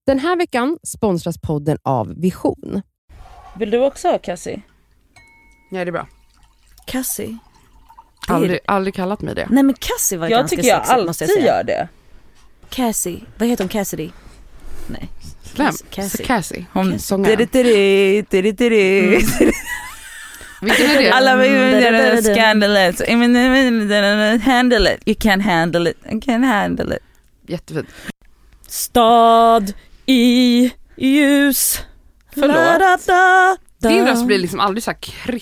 Den här veckan sponsras podden av Vision. Vill du också ha Cassie? Ja, det är bra. Cassie? Aldrig kallat mig det. Nej, men Cassie var jag ganska tycker jag sexigt, måste jag alltid säga. gör det. Cassie, vad heter hon? Cassidy? Nej. Cassie. Hon sångaren. Vilken är det? Alla scandalous. Handle it. You can't handle it. I can't handle it. Jättefint. Stad i ljus. Förlåt. Din röst blir liksom aldrig så här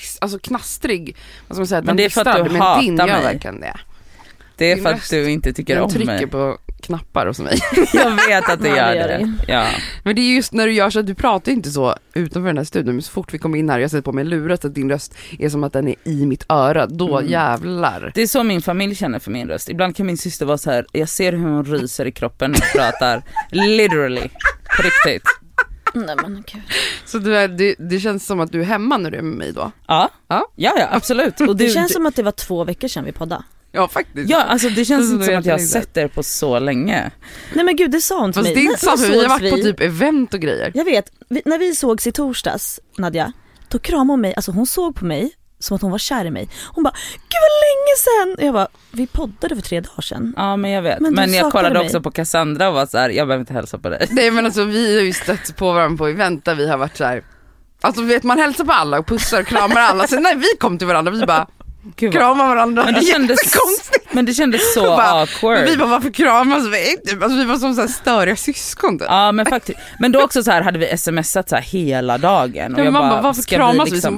knastrig. Vad ska man säga? Men det är för att du men hatar din gör mig. verkligen det. Det är Din för att röst, du inte tycker om trycker mig. på knappar och så mig. Jag vet att du Nej, gör det gör det. det. Ja. Men det är just när du gör så att du pratar inte så utanför den här studion. Men så fort vi kommer in här och jag sätter på mig luret att din röst är som att den är i mitt öra. Då jävlar. Det är så min familj känner för min röst. Ibland kan min syster vara så här. Jag ser hur hon ryser i kroppen när jag pratar. Literally. På riktigt. Nej, men gud. Så det känns som att du är hemma när du är med mig då? Ja, Ja. ja absolut. Och Det känns som att det var 2 veckor sedan vi poddade. Ja, faktiskt. Ja, alltså det känns inte som att jag har länge. sett er på så länge. Nej, men gud, det sa hon till Fast mig. det är inte sant, för vi har varit på typ event och grejer. Jag vet, när vi sågs i torsdags, Nadja, då kramade hon mig. Alltså hon såg på mig som att hon var kär i mig. Hon bara, gud vad länge sedan. Jag bara, vi poddade för 3 dagar sedan. Ja, men jag vet. Men du Men jag saknade kollade mig. också på Cassandra och var så här, jag behöver inte hälsa på dig. Nej, men alltså vi har ju stött på varandra på event där vi har varit så här. Alltså vet man hälsar på alla och pussar och kramar alla. Sen när vi kom till varandra, vi bara Gud, vad- kramar varandra. Men det kändes, jättekonstigt. men det kändes så Bara, awkward. Men vi bara, varför kramas vi? Alltså vi var som så här störiga syskon. Ja, men faktiskt. Men då också så här hade vi smsat så här hela dagen. Och Ja, jag man bara, bara, varför ska kramas vi liksom, som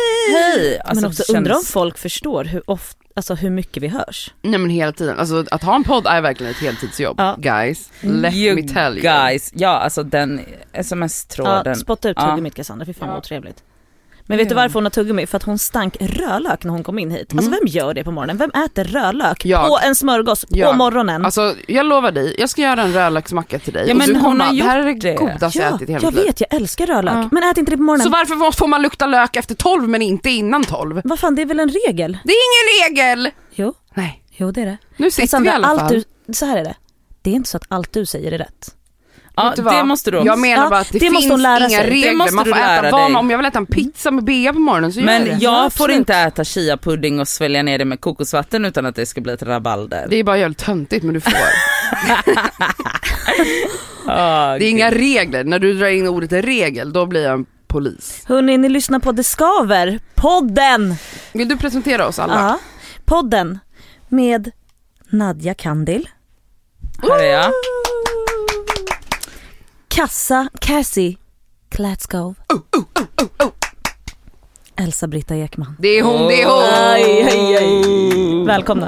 hej? Alltså, Men också det undrar om känns- folk förstår hur ofta, alltså hur mycket vi hörs. Nej, men hela tiden. Alltså att ha en podd är verkligen ett heltidsjobb. Ja. Guys, let You me tell you. guys, ja alltså den sms-tråden. Ja, spotta ut tuggumit, Cassandra, fy fan vad otrevligt. Men vet du varför hon har tuggummi? För att hon stank rödlök när hon kom in hit. Alltså vem gör det på morgonen? Vem äter rödlök på en smörgås på morgonen? Alltså jag lovar dig, jag ska göra en rödlöksmacka till dig. Ja, och men du hon kommer, har det här är gjort det det. godaste jag Ja, ätit i hela jag mitt liv. vet, jag älskar rödlök. Ja. Men ät inte det på morgonen. Så varför får man lukta lök efter 12 men inte innan 12? Vad fan, det är väl en regel? Det är ingen regel! Jo, Nej, jo det är det. nu sitter Cassandra, vi i alla allt fall. så här är det. Det är inte så att allt du säger är rätt. Ja, Vet du vad? det måste du. Jag menar bara att det det måste finns hon lära inga sig. regler. Det måste Man du får äta lära vad dig. om jag vill äta en pizza med bea på morgonen så gör jag Men det. jag Ja, får absolut. inte äta chia-pudding och svälja ner det med kokosvatten utan att det ska bli ett rabalder. Det är bara jävligt töntigt, men du får. Ah, Det är inga regler. När du drar in ordet regel, då blir jag en polis. Hörrni, ni lyssnar på Det Skaver, podden. Vill du presentera oss alla? Ja, podden med Nadja Kandil, Här är jag. Cassie Klätskov, Elsa-Britta Ekman. Det är hon, det är hon! Aj, aj, aj. Välkomna.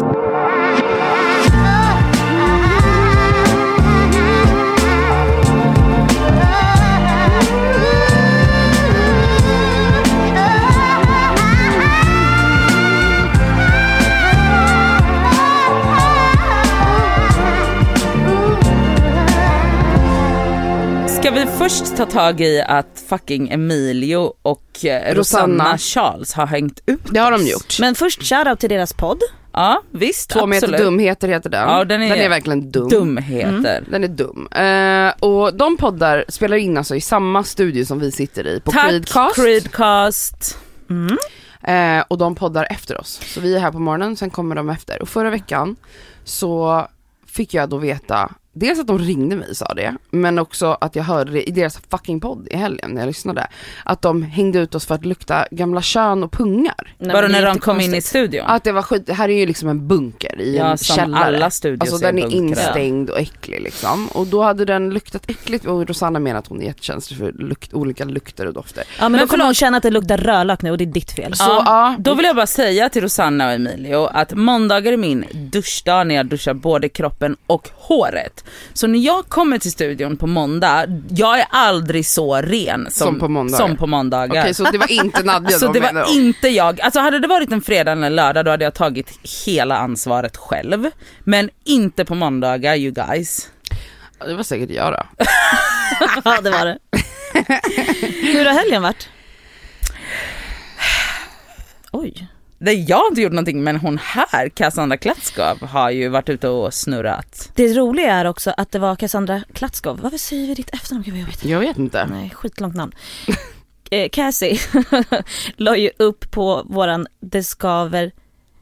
Ska vi först ta tag i att fucking Emilio och Rosanna Charles har hängt ut? Det har de gjort. Men först shoutout till deras podd. Ja, visst, 2 meter absolut. dumheter heter den. Ja, den är verkligen dum. Dumheter. Den är dum. Och de poddar spelar in alltså i samma studio som vi sitter i på Tack, Creedcast. Creedcast. Och de poddar efter oss. Så vi är här på morgonen, sen kommer de efter. Och förra veckan så fick jag då veta, dels att de ringde mig, sa det, men också att jag hörde det i deras fucking podd i helgen när jag lyssnade, att de hängde ut oss för att lukta gamla kön och pungar. Bara när de kom in i studion. Att det var skit, det här är ju liksom en bunker i en som källare. alla studios alltså den är bunkrar. instängd och äcklig liksom. Och då hade den luktat äckligt och Rosanna menar att hon är jättekänslig för olika lukter och dofter. Ja, men då kommer hon känna att det luktar rödlök nu och det är ditt fel. Så, ja. Då vill jag bara säga till Rosanna och Emilio att måndagar är min duschdag när jag duschar både kroppen och håret. Så när jag kommer till studion på måndag, jag är aldrig så ren som på måndagar. Okej, så det var inte Nadja Så då, det menar var de. inte jag. Alltså hade det varit en fredag eller en lördag då hade jag tagit hela ansvaret själv. Men inte på måndagar, you guys. Ja, det var säkert jag då. Ja, det var det. Hur har helgen varit? Oj. Jag har inte gjort någonting, men hon här, Cassandra Klatskov, har ju varit ute och snurrat. Det roliga är också att det var Cassandra Klatskov. Varför säger vi ditt efternamn? Jag vet inte. Nej, skitlångt namn. Cassie la ju upp på våran Discover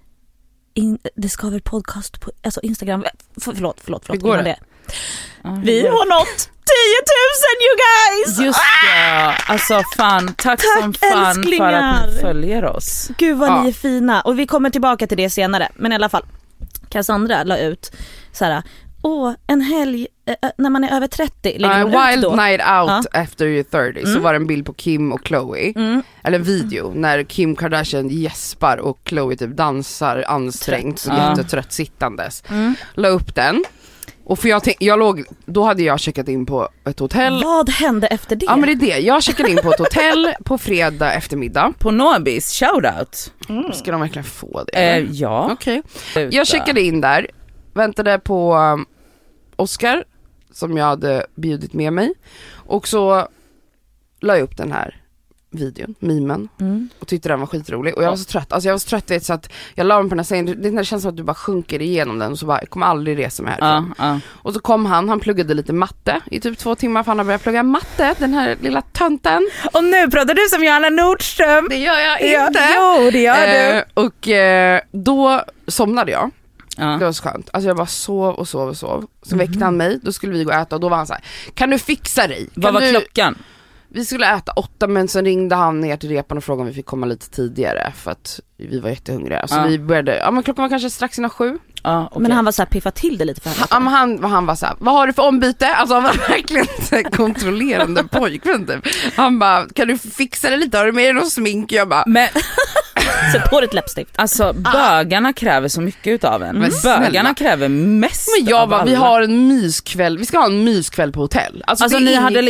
podcast på alltså Instagram. Förlåt. Hur går det? Vi har nått 10 000 you guys! Just det, alltså fan, tack som fan älsklingar. För att ni följer oss. Gud vad ni är fina. Och vi kommer tillbaka till det senare. Men i alla fall, Cassandra la ut såhär, en helg när man är över 30 wild då. Night out after you're 30. Så var det en bild på Kim och Khloe. Eller en video när Kim Kardashian gäspar och Khloe typ dansar ansträngt och jättetrött sittandes. La upp den. Och för då hade jag checkat in på ett hotell. Vad hände efter det? Ja, men det är det. Jag checkade in på ett hotell på fredag eftermiddag. På Nobis, shoutout. Ska de verkligen få det? Ja. Okej. Jag checkade in där. Väntade på Oscar som jag hade bjudit med mig. Och så la jag upp den här videon, memen, och tyckte den var skitrolig. Och jag var så trött. Alltså jag var så trött, vet, så att jag la mig på den här sängen. Det känns som att du bara sjunker igenom den och så bara, jag kommer aldrig resa mig härifrån. Och så kom han pluggade lite matte i typ 2 timmar, för han har börjat plugga matte, den här lilla tönten. Och nu pratar du som Johanna Nordström. Det gör jag inte. Jo, det gör du. Och då somnade jag. Det var så skönt. Alltså jag bara sov. Så väckte han mig, då skulle vi gå och äta och då var han så här: kan du fixa dig? Vad var klockan? Vi skulle äta 8, men sen ringde han ner till repan och frågade om vi fick komma lite tidigare för att vi var jättehungriga. Så vi började, men klockan var kanske strax innan 7. Okay. Men han var så här, piffa till det lite för henne. Han var så här: vad har du för ombyte? Alltså han var verkligen så kontrollerande pojkvän typ. Han bara, kan du fixa det lite? Har du med dig någon smink? Jag bara, men så på ett läppstift. Alltså bögarna kräver så mycket utav en. Bögarna kräver mest. Men jag bara, vi har en myskväll. Vi ska ha en myskväll på hotell. Alltså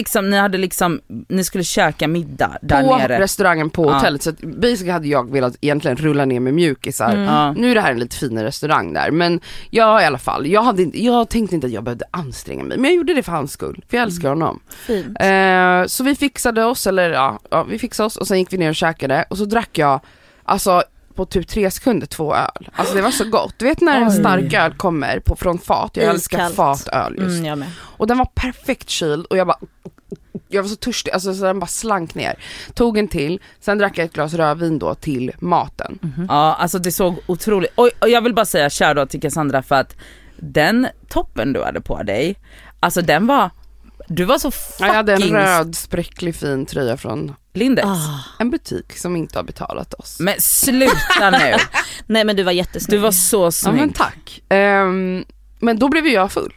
ni skulle käka middag där på nere. På restauranger på hotellet. Så att basically hade jag velat egentligen rulla ner med mjukisar. Nu är det här en lite finare restaurang där. Men jag i alla fall, jag tänkte inte att jag behövde anstränga mig. Men jag gjorde det för hans skull. För jag älskar honom. Så vi fixade oss, vi fixade oss. Och sen gick vi ner och käkade. Och så drack jag, alltså på typ 3 sekunder 2 öl. Alltså det var så gott. Du vet när en stark öl kommer från fat. Jag älskar fatöl just. Jag med. Och den var perfekt kyld. Och jag var så törstig. Alltså så den bara slank ner. Tog en till. Sen drack jag ett glas rödvin då till maten. Ja, alltså det såg otroligt. Och jag vill bara säga shoutout till Cassandra för att den toppen du hade på dig, alltså den var, du var så fucking... Jag hade en röd spräcklig fin tröja från Lindex. En butik som inte har betalat oss. Men sluta nu. Nej, men du var jättesnygg. Du var så snygg. Ja, men tack. Men då blev jag full.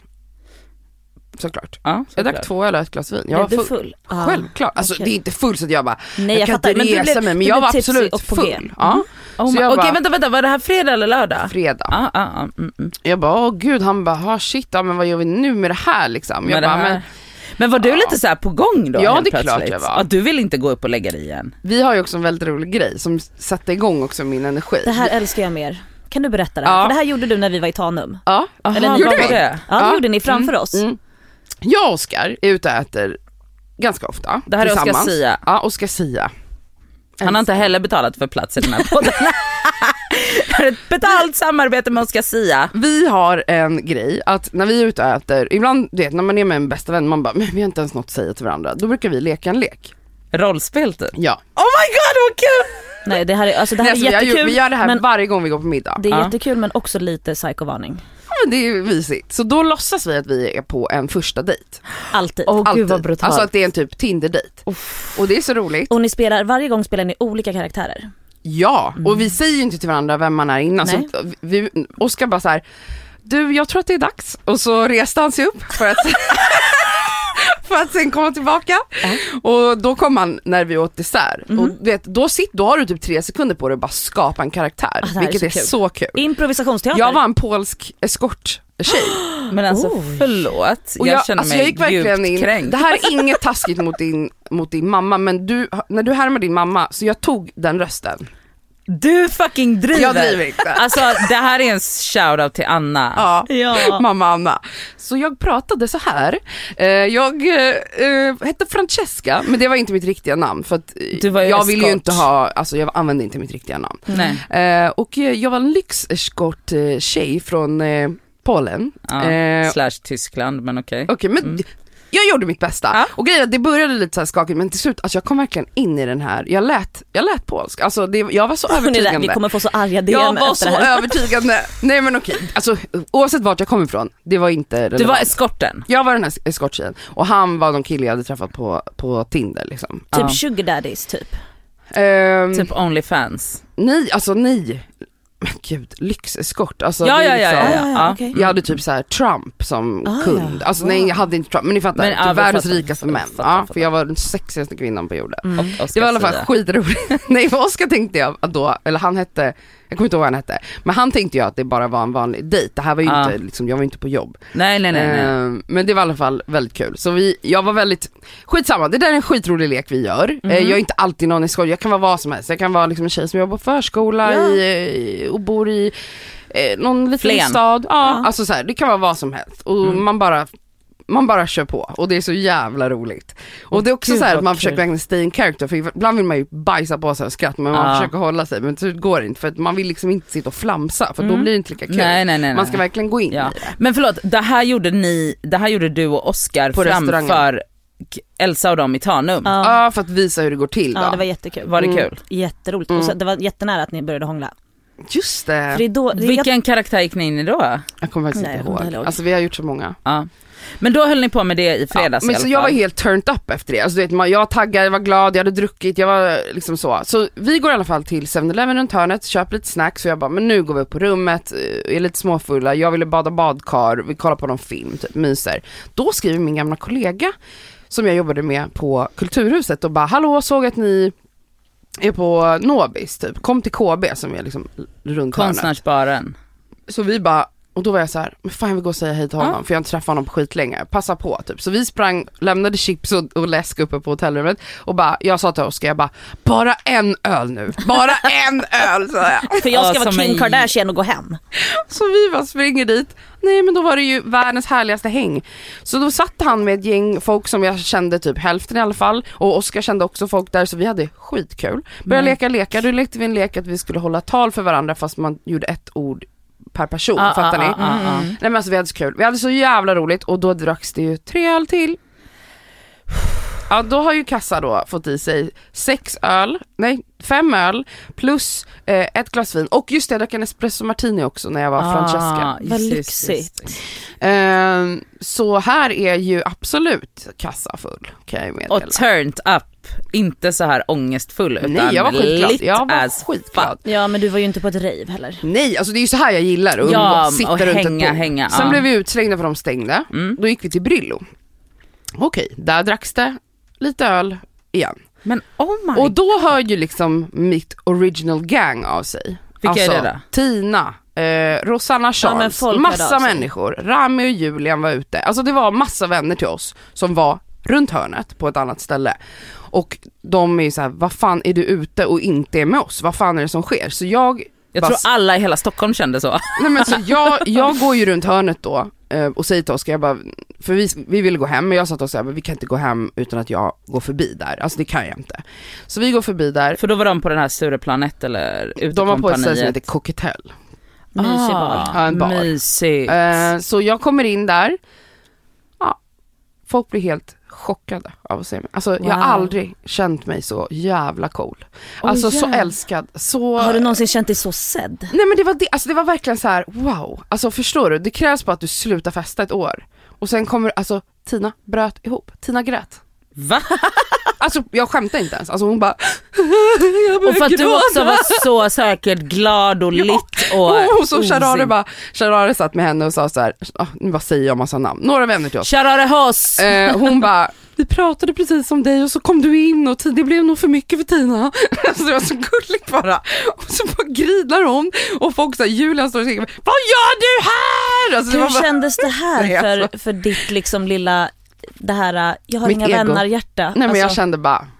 Såklart. Jag drack 2 öl och ett glas vin. Jag var full. Självklart. Alltså det är inte full så att jag bara, nej, jag kan inte resa mig. Men jag var absolut full. Okej, vänta, var det här fredag eller lördag? Fredag. Jag bara, gud, han bara, shit, men vad gör vi nu med det här liksom? Jag bara, men var du lite så här på gång då? Ja, det är klart jag var. Du vill inte gå upp och lägga dig igen. Vi har ju också en väldigt rolig grej som satte igång också min energi. Det här älskar jag mer. Kan du berätta det här? För det här gjorde du när vi var i Tanum. Ja. Eller gjorde vi det? Ja, det gjorde ni framför oss. Jag och Oscar är ute och äter ganska ofta. Det här är Oscar Sia. Ja, Oscar Sia. Han har inte heller betalat för plats i den här podden. Det är ett betalt samarbete med Oscar Sia. Vi har en grej att när vi är ute och äter, ibland när man är med en bästa vän, man bara, men vi har inte ens något att säga till varandra. Då brukar vi leka en lek. Rollspel typ? Ja. Oh my god, vad kul! Nej, det här är jättekul. Vi gör det här varje gång vi går på middag. Det är jättekul, men också lite psykovarning. Ja, men det är ju visigt. Så då låtsas vi att vi är på en första dejt. Alltid. Gud vad brutalt. Alltså att det är en typ Tinder-dejt. Och det är så roligt. Och varje gång spelar ni olika karaktärer. Ja, och vi säger ju inte till varandra vem man är innan. Så Oskar bara så här: du, jag tror att det är dags. Och så reste han sig upp för att för att sen komma tillbaka. Och då kom han när vi åt dessert. Och då har du typ 3 sekunder på dig att bara skapa en karaktär. Vilket är så kul. Improvisationsteater. Jag var en polsk eskorttjej. Men alltså förlåt. Och jag känner mig jag gick verkligen djupt kränkt. Det här är inget taskigt mot din mamma. Men när du härmar din mamma, så jag tog den rösten. Du fucking driver. Jag driver inte. Alltså det här är en shoutout till Anna. Ja, mamma Anna. Så jag pratade så här. Jag hette Francesca, men det var inte mitt riktiga namn. För att jag ville ju inte ha, alltså jag använde inte mitt riktiga namn. Och jag var en lyxeskort tjej från Polen. Slash Tyskland, men okej. Okej, men jag gjorde mitt bästa. Och grejen, det började lite så här skakigt, men till slut, alltså jag kom verkligen in i den här. Jag lät polsk. Alltså jag var så övertygande. Vi kommer få så arga DM. Jag var så övertygande. Nej men okej. Alltså oavsett vart jag kom ifrån, det var inte relevant. Du var eskorten. Jag var den här eskorttjejen. Och han var någon kille jag hade träffat på Tinder liksom. Typ sugar daddies typ. Typ OnlyFans. Nej. Men gud, lyxeskort. Alltså, Okay. Jag hade typ så här Trump som kund. Alltså nej, jag hade inte Trump, men ni fattar, typ världens rikaste män. För jag var den sexigaste kvinnan på jorden. Det var i alla fall skitroligt. Nej, för Oskar tänkte jag då, eller han hette, jag kommer inte ihåg vad han hette, men han tänkte jag att det bara var en vanlig dejt. Det här var ju inte, liksom, jag var inte på jobb. Nej. Men det var i alla fall väldigt kul. Så jag var väldigt, skitsamma, det där är en skitrolig lek vi gör. Jag är inte alltid någon i skoj, jag kan vara vad som helst. Jag kan vara liksom en tjej som jobbar på förskola och bor i någon liten stad. Alltså så här, det kan vara vad som helst. Och man bara kör på. Och det är så jävla roligt. Och det är också så här att man försöker verkligen stay in character. För ibland vill man ju bajsa på sig och skratta, men man försöker hålla sig. Men det går inte, för att man vill liksom inte sitta och flamsa, för då blir det inte lika kul. Nej. Man ska verkligen gå in i det. Men förlåt, det här gjorde du och Oskar framför Elsa och dem i Tanum. Ja, för att visa hur det går till då. Ja, det var jättekul. Var det kul? Jätteroligt. Och så, det var jättenära att ni började hångla. Just det. Vilken karaktär gick ni in i då? Jag kommer faktiskt inte ihåg. Alltså vi har gjort så många. Ja. Men då höll ni på med det i fredags. Men så jag var helt turned up efter det. Alltså du vet, jag taggade, jag var glad, jag hade druckit, jag var liksom så. Så vi går i alla fall till 7-Eleven runt hörnet, köper lite snacks, så jag bara, men nu går vi upp på rummet, är lite småfulla, jag ville bada badkar, vi kollar på någon film, typ myser. Då skriver min gamla kollega som jag jobbade med på Kulturhuset och bara, hallå, såg att ni är på Nobis typ, kom till KB som är liksom runt hörnet. Konstnärsbaren. Så vi bara, och då var jag så här, men fan jag vill gå och säga hej till honom, för jag har inte träffat honom på skitlänge. Passa på typ. Så vi lämnade chips och läsk uppe på hotellrummet och bara, jag sa till Oskar, jag bara en öl nu. Bara en öl, sa jag. För jag ska vara Kim Kardashian och gå hem. Så vi bara springer dit. Nej, men då var det ju världens härligaste häng. Så då satt han med ett gäng folk som jag kände typ hälften i alla fall. Och Oskar kände också folk där, så vi hade skitkul. Började leka. Då lekte vi en lek att vi skulle hålla tal för varandra, fast man gjorde ett ord per person, fattar ni? Nej, men alltså vi hade så kul. Vi hade så jävla roligt, och då dracks det ju 3 öl till. Ja, då har ju Kassa då fått i sig 5 öl plus ett glas vin. Och just det, jag drack en espresso martini också när jag var Francesca. Vad lyxigt. Så här är ju absolut Kassa full, kan jag meddela. Och turned up. Inte så här ångestfull, utan nej, jag var skitglad. Jag var skitglad. Ja, men du var ju inte på ett rave heller. Nej, alltså det är ju så här jag gillar att sitta runt hänga. Sen blev vi utslängda för de stängde. Då gick vi till Brillo. Okej, där dracks det lite öl igen. Men och då hör ju liksom mitt original gang av sig. Vilka är det då? Tina, Rosanna Charles, massa människor. Rami och Julian var ute. Alltså det var massa vänner till oss som var runt hörnet på ett annat ställe. Och de är ju så här, vad fan är du ute och inte är med oss? Vad fan är det som sker? Så jag tror alla i hela Stockholm kände så. Nej, men så jag går ju runt hörnet då och säger till Oskar, jag bara, för vi ville gå hem, men jag sa till Oskar, vi kan inte gå hem utan att jag går förbi där. Alltså det kan jag inte. Så vi går förbi där. För då var de på den här Stureplan 1 eller ute. De var på ett ställe som heter Cocktail. Mysig bar. Ja, en bar. Mysigt. Så jag kommer in där. Ja, folk blir helt chockade av att se mig. Alltså jag har aldrig känt mig så jävla cool. Alltså så älskad. Så... Har du någonsin känt dig så sedd? Nej, men det var verkligen så här, wow. Alltså förstår du, det krävs bara att du slutar festa ett år. Och sen kommer, alltså Tina bröt ihop. Tina grät. Va? Alltså jag skämtar inte ens. Alltså hon bara och för att du också var så säkert glad och litt och så Sharare satt med henne och sa så här, nu bara säger jag massa namn. Några vänner till oss. Sharare Hoss. Hon bara, vi pratade precis som dig och så kom du in och det blev nog för mycket för Tina. Alltså det var så gulligt bara. Och så bara gridlar hon och folk så här, Julian står och skriker, vad gör du här? Alltså, hur kändes det här för ditt liksom lilla, det här, jag har mitt inga ego. vänner hjärta? Nej, men jag kände bara,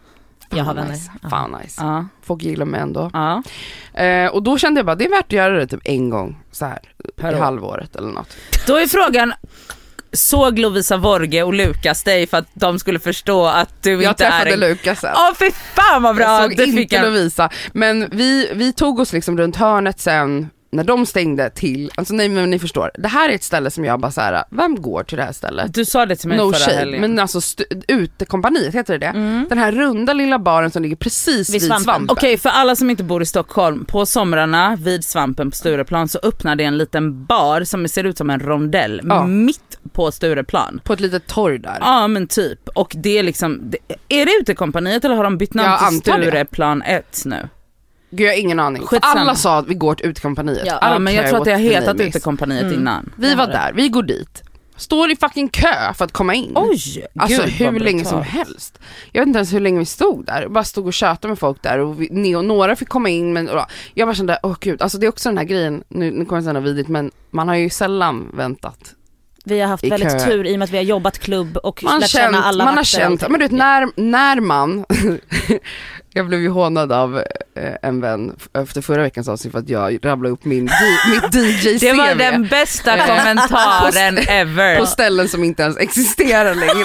Jag har vänner. Nice. Fan nice. Folk gillar mig ändå. Och då kände jag bara, det är värt att göra det typ en gång så här i halvåret eller något. Då är frågan, såg Lovisa Vorge och Lukas dig för att de skulle förstå att du inte är... Jag träffade Lukas sen. Fy fan vad bra. Jag såg inte Lovisa. Men vi tog oss liksom runt hörnet sen när de stängde till, alltså nej men ni förstår, det här är ett ställe som jag bara så här: vem går till det här stället? Du sa det till mig förra helgen. Men alltså utekompaniet heter det. Den här runda lilla baren som ligger precis vid Svampen. Okej, för alla som inte bor i Stockholm, på somrarna vid Svampen på Stureplan så öppnar det en liten bar som ser ut som en rondell mitt på Stureplan. På ett litet torg där. Ja men typ, och det är liksom, är det utekompaniet eller har de bytt namn till Stureplan 1 nu? Gud, jag har ingen aning. Alla sa att vi går till utekompaniet. Ja, men jag tror att det har hetat utekompaniet innan. Vi var där, vi går dit. Står i fucking kö för att komma in. Oj, alltså hur länge som helst. Jag vet inte ens hur länge vi stod där. Bara stod och tjötade med folk där. Och några fick komma in. Men jag bara kände, gud. Alltså det är också den här grejen. Nu kommer jag säga något vidrigt. Men man har ju sällan väntat. Vi har haft väldigt tur i och med att vi har jobbat klubb och lärt känna alla. Man har känt, men du vet när man jag blev ju hånad av en vän efter förra veckans avsnitt för att jag rabblade upp mitt DJ-CV. Det var den bästa kommentaren ever. På ställen som inte ens existerar längre.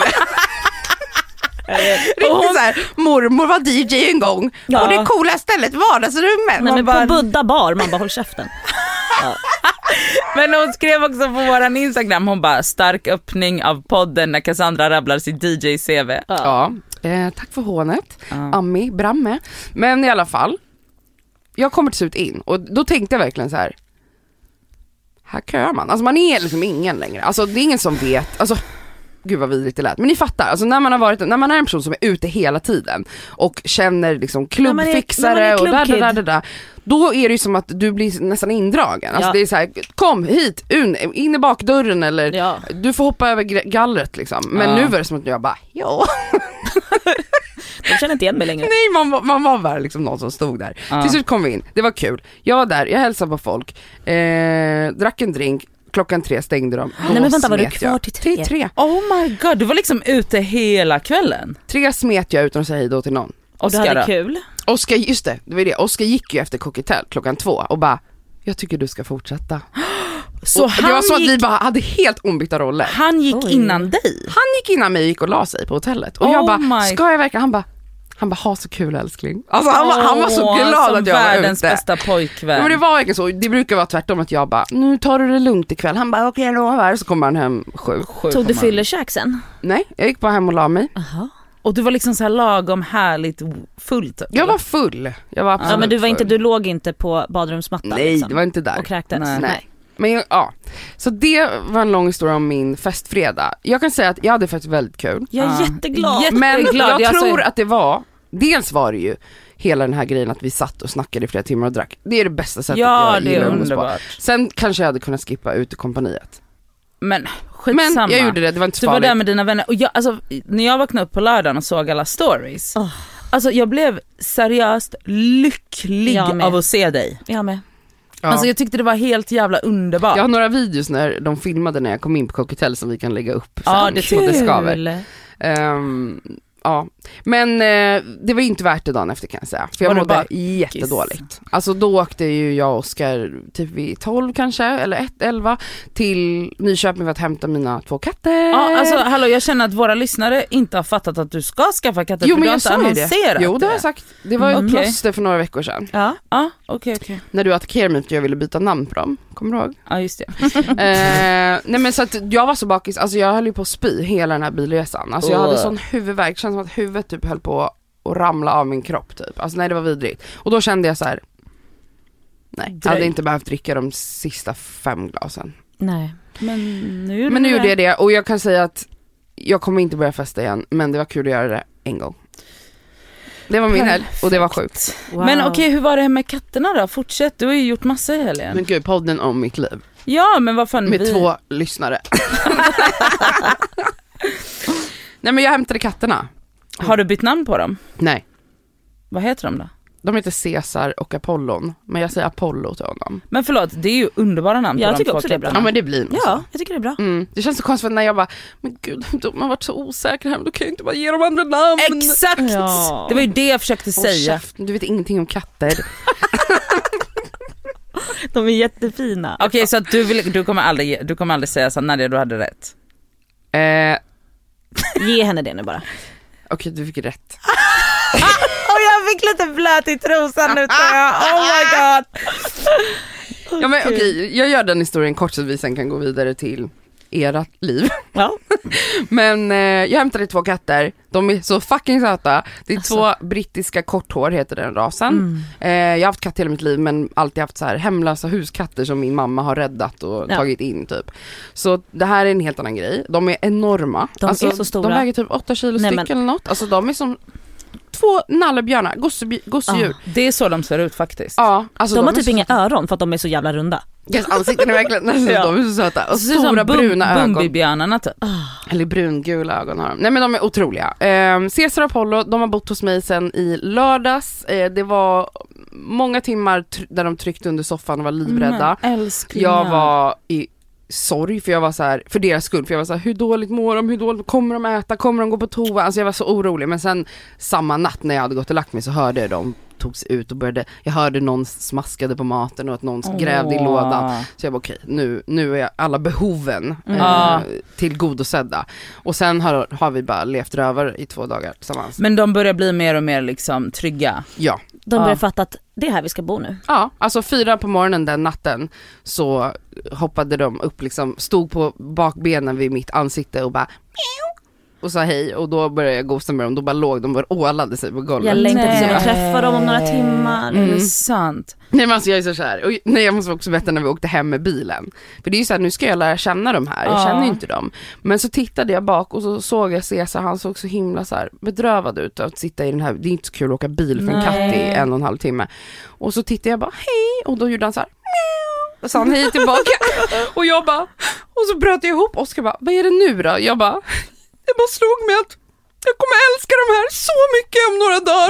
Riktigt såhär, mormor var DJ en gång och det coola stället vardagsrummet. Nej, men bara... på Buddha bar, man bara håll käften. Men hon skrev också på våran Instagram, hon bara, stark öppning av podden när Cassandra rabblar sitt DJ-CV. Tack för hånet, Ami, Bramme. Men i alla fall, jag kommer till slut in och då tänkte jag verkligen så här köar man. Alltså man är liksom ingen längre. Alltså det är ingen som vet, alltså gud vad vidrigt det lät. Men ni fattar, alltså när man är en person som är ute hela tiden och känner liksom klubbfixare och där. Då är det ju som att du blir nästan indragen. Alltså det är så här, kom hit, in i bakdörren eller du får hoppa över gallret liksom. Men nu var det som att jag bara, jag känner inte igen mig längre. Nej, man var bara liksom någon som stod där. Till slut kom vi in, det var kul. Jag var där, jag hälsade på folk, drack en drink. 3:00 stängde de. Nej men vänta, var du kvar till 3? Oh my god, du var liksom ute hela kvällen. 3 smet jag utan att säga hej då till någon. Oskar, du hade kul. Oskar, just det var det. Oskar gick ju efter Cocktail 2:00 och bara, jag tycker du ska fortsätta. Så det var så att vi bara hade helt ombytta roller. Han gick innan dig? Han gick innan mig och gick och la sig på hotellet. Och jag bara, ska jag verkligen? Han bara, ha så kul älskling. Alltså han var så glad att jag var världens ute. Bästa pojkvän. Men det var verkligen så, det brukar vara tvärtom att jag bara, nu tar du det lugnt ikväll. Han bara, okej, jag lovar. Så kommer han hem 7. Tog du fyllerkäk sen? Nej, jag gick bara hem och la mig. Och du var liksom så här lagom härligt full typ, jag var full. Jag var absolut men full. Du låg inte på badrumsmattan. Nej, liksom, det var inte där. Och kräktes. Nej. Men så det var en lång historia om min festfredag. Jag kan säga att jag hade faktiskt väldigt kul. Jag är jätteglad. Men jag tror att det var, dels var det ju hela den här grejen att vi satt och snackade i flera timmar och drack. Det är det bästa sättet jag det är underbart. Sen kanske jag hade kunnat skippa ut i kompaniet. Men skitsamma. Men jag gjorde det var inte så farligt. Du var där med dina vänner. Och alltså, när jag vaknade upp på lördagen och såg alla stories. Alltså jag blev seriöst lycklig av att se dig. Jag med. Alltså jag tyckte det var helt jävla underbart. Jag har några videos när de filmade när jag kom in på Cocktail som vi kan lägga upp sen. Ja, det är kul. Det skaver. Men det var inte värt det dagen efter kan jag säga. För jag mådde jättedåligt. Alltså då åkte ju jag och Oskar typ vid 12 kanske, eller 11 till Nyköping för att hämta mina 2 katter. Ja, alltså hallå, jag känner att våra lyssnare inte har fattat att du ska skaffa katter. Jo, men jag sa det. Jo, det har jag sagt. Det var ett plåster för några veckor sedan. Ja, okej. När du attackerade mig för att jag ville byta namn på dem. Kommer du ihåg? Ja, just det. Nej men så att jag var så bakis. Alltså jag höll ju på att spy hela den här bilresan. Alltså jag hade sån huvudvärk. Det känns som att huvudet typ höll på att ramla av min kropp typ. Alltså nej, det var vidrigt. Och då kände jag så här: nej, jag hade inte behövt dricka de sista 5 glasen. Nej. Men nu gjorde jag det. Och jag kan säga att jag kommer inte börja festa igen. Men det var kul att göra det en gång. Det var min helg och det var sjukt. Wow. Men okej, hur var det med katterna då? Fortsätt, du har ju gjort massa i helgen. Men gud, podden om mitt liv. Ja, men vad fan med 2 lyssnare. Nej, men jag hämtade katterna. Har du bytt namn på dem? Nej. Vad heter de då? De heter Caesar och Apollon, men jag säger Apollo till honom. Men förlåt, det är ju underbara namn. Jag tycker också det är bra. Ja, men det blir nog så. Ja, jag tycker det är bra. Det känns så konstigt när jag bara, men gud, de har varit så osäkra här, men då kan jag inte bara ge dem andra namn. Exakt! Ja. Det var ju det jag försökte säga. Du vet ingenting om katter. De är jättefina. Okej, så att du kommer aldrig säga så Nadia, du hade rätt. Ge henne det nu bara. Okej, du fick rätt. Och jag fick lite blöt i trosan nu tror jag. Oh my god. Ja, men okej, jag gör den historien kort så att vi sen kan gå vidare till ert liv. Ja. Men jag hämtade 2 katter. De är så fucking söta. Det är 2 brittiska korthår heter den rasen. Jag har haft katt hela mitt liv, men alltid haft så här hemlösa huskatter som min mamma har räddat och tagit in typ. Så det här är en helt annan grej. De är enorma. De är så stora. De väger typ 8 kilo styck eller något. Alltså de är som 2 nallebjörnar, gosedjur. Det är så de ser ut faktiskt. Ja, alltså de har typ inga öron för att de är så jävla runda. Yes, ansikten är verkligen de är så söta. Och stora bruna ögon. Bumbibjörnarna typ. Eller brungula ögon har de. Nej, men de är otroliga. Caesar och Apollo, de har bott hos mig sen i lördags. Det var många timmar där de tryckte under soffan och var livrädda. Jag var i sorg för jag var så här, för deras skull, för jag var så här, hur dåligt mår de, hur dåligt kommer de äta, kommer de gå på toa, alltså jag var så orolig. Men sen samma natt när jag hade gått och lagt mig så hörde jag dem togs ut och jag hörde någon smaskade på maten och att någon grävde i lådan. Så jag var okej, nu är alla behoven tillgodosedda. Och sen har vi bara levt röver i 2 dagar tillsammans. Men de börjar bli mer och mer liksom trygga. Ja. De börjar fatta att det är här vi ska bo nu. Ja, alltså 4 på morgonen den natten så hoppade de upp liksom, stod på bakbenen vid mitt ansikte och bara och sa hej, och då började jag gosa med dem. Då bara låg de och ålade sig på golvet. Jag längtade till att träffa dem om några timmar. Det är sant. Nej, men alltså jag är så här. Och nej, jag måste också berätta när vi åkte hem med bilen. För det är ju så här, nu ska jag lära känna de här. Jag känner ju inte dem. Men så tittade jag bak och så såg jag Caesar. Han såg så himla så här bedrövad ut att sitta i den här. Det är inte så kul att åka bil för en katt i 1,5 timme. Och så tittade jag bara hej, och då gjorde han så här. Och så han hej tillbaka. Och jag bara, och så bröt jag ihop. Oskar bara, vad är det nu då? Jag bara, det bara slog mig att jag kommer älska de här så mycket om några dagar.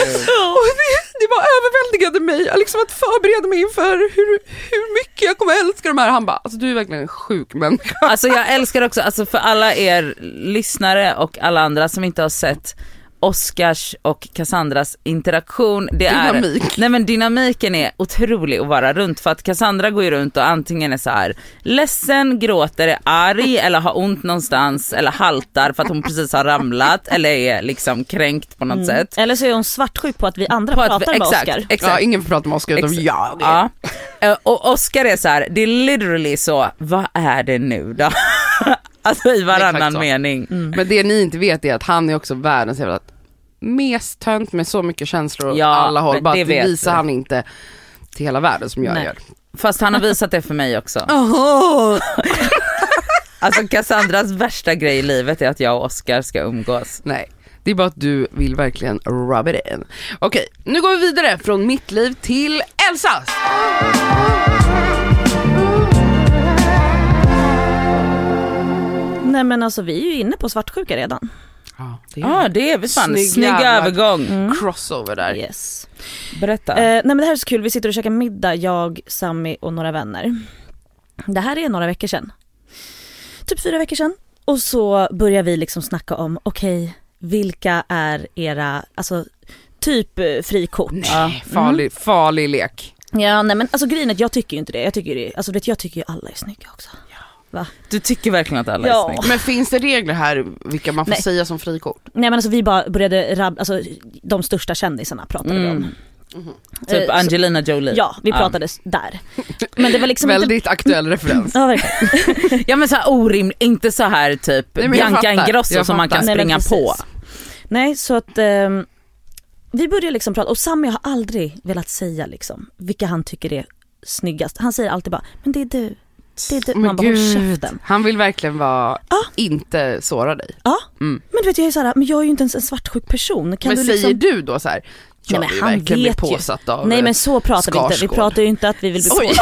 Och det var överväldigande mig. Liksom att förbereda mig inför hur mycket jag kommer älska de här. Han bara, alltså du är verkligen en sjuk människa. Alltså jag älskar också, alltså för alla er lyssnare och alla andra som inte har sett Oskars och Cassandras interaktion, det Dynamik. Dynamiken är otrolig att vara runt, för att Cassandra går ju runt och antingen är så här ledsen, gråter, är arg eller har ont någonstans eller haltar för att hon precis har ramlat eller är liksom kränkt på något sätt. Eller så är hon svartsjuk på att vi andra pratar med Oskar. Exakt. Ja, ingen får prata med Oskar utom jag. Ja. Och Oskar är så här, det är literally så, vad är det nu då? Alltså i varannan mening. Men det ni inte vet är att han är också världens jävla mest tönt med så mycket känslor och alla håll. Bara det visar han inte till hela världen som jag gör. Fast han har visat det för mig också. Alltså Cassandras värsta grej i livet är att jag och Oskar ska umgås. Nej, det är bara att du vill verkligen rub it in. Okej, nu går vi vidare från mitt liv till Elsas. Nej, men alltså vi är ju inne på svartsjuka redan. Det är visst fan. Snygg övergång. Crossover där. Yes. Berätta. Nej, men det här är så kul. Vi sitter och käkar middag, jag, Sammy och några vänner. Det här är några veckor sedan. Typ 4 veckor sedan. Och så börjar vi liksom snacka om, okej, vilka är era, alltså typ frikort? Nej, farlig lek. Ja, nej men alltså grejen är att jag tycker ju inte det. Jag tycker ju alla är snygga också. Va? Du tycker verkligen att alla är snygga. Men finns det regler här vilka man får säga som frikort? Nej, men alltså vi bara började alltså de största kändisarna pratade vi om. Typ Angelina Jolie. Ja, vi pratade där. Men det var liksom väldigt aktuell referens. Ja, verkligen. Ja, men så här orimligt, inte så här typ Bianca Ingrosso som man kan springa på. Nej, så att vi började liksom prata, och Sammy har aldrig velat säga liksom vilka han tycker är snyggast. Han säger alltid bara, men det är du. Man bara, håll käften. Han vill verkligen inte såra dig. Ja, men du vet, jag är så här, men jag är ju inte ens en svartsjuk person. Kan men du säger du då så här, nej, men han vet ju. Påsatt av nej, men så pratar vi inte. Vi pratar ju inte att vi vill bli påsatt.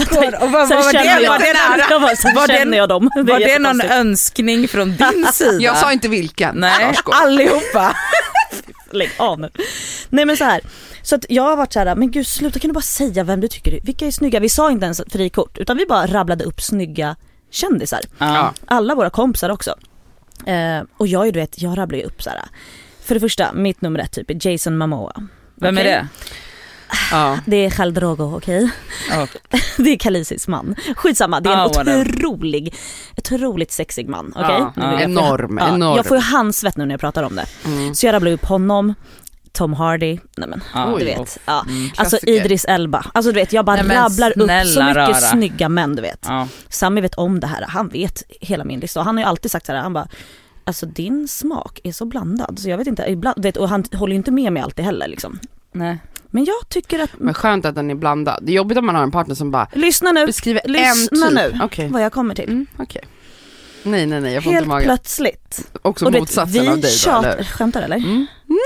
Var det någon önskning från din sida? Jag sa inte vilken. Nej, allihopa. Lägg av nu. Nej, men så här. Så att jag har varit så här, men gud sluta, kan du bara säga vem du tycker, vilka är snygga? Vi sa inte ens frikort, utan vi bara rabblade upp snygga kändisar. Ja. Alla våra kompisar också. Och jag rabblar ju upp så här. För det första, mitt nummer 1 typ är Jason Momoa. Vem är det? Ja. Det är Khal Drogo, okej? Det är Khaleesis man. Skitsamma, det är en otroligt sexig man, okej? Enorm. Jag får ju handsvett nu när jag pratar om det. Så jag rabblar upp honom, Tom Hardy, du vet. Alltså Idris Elba. Alltså du vet, jag bara rabblar upp så mycket snygga män, du vet. Sami vet om det här, han vet hela min lista. Han har ju alltid sagt så här, han bara, alltså din smak är så blandad. Så jag vet inte, ibland, vet, och han håller ju inte med mig alltid heller liksom. Nej. Men jag tycker att... Men skönt att den är blandad. Det är jobbigt om man har en partner som bara lyssna nu beskriver en typ. Vad jag kommer till. Okej. Nej, jag får helt inte magen. plötsligt. Också och motsatsen av dig då, eller? Skämtar eller?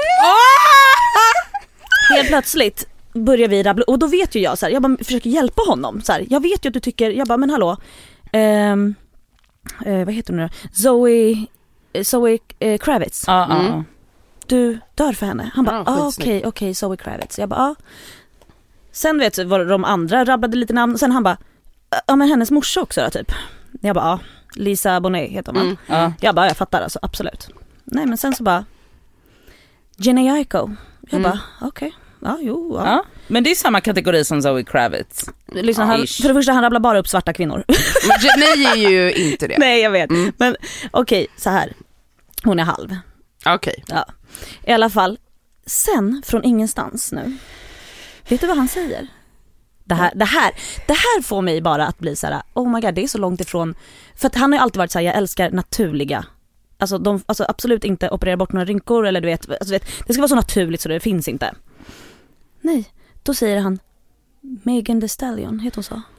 Helt plötsligt börjar vi rabbla. Och då vet ju jag så här, jag bara försöker hjälpa honom så här, jag vet ju att du tycker, jag bara men hallå vad heter hon nu då? Zoe Kravitz. Du dör för henne. Han bara okej, Zoe Kravitz. Jag bara Sen vet du vad de andra rabblade lite namn. Sen han bara men hennes morsa också då, typ. Jag bara Lisa Bonet heter hon. Jag bara jag fattar alltså, absolut. Nej men sen så bara Jenny Aiko. Jag bara okej. Ja. Men det är samma kategori som Zoe Kravitz. Liksom för det första, han rabblar bara upp svarta kvinnor. Men Jenny är ju inte det. Nej, jag vet. Men okej, så här. Hon är halv. Okej. Ja. I alla fall, sen från ingenstans nu. Vet du vad han säger? Det här får mig bara att bli så här, oh my god, det är så långt ifrån. För att han har ju alltid varit så här, jag älskar naturliga. Alltså absolut inte operera bort några rynkor eller du vet, det ska vara så naturligt så det finns inte. Nej, då säger han Megan Thee Stallion, heter hon så?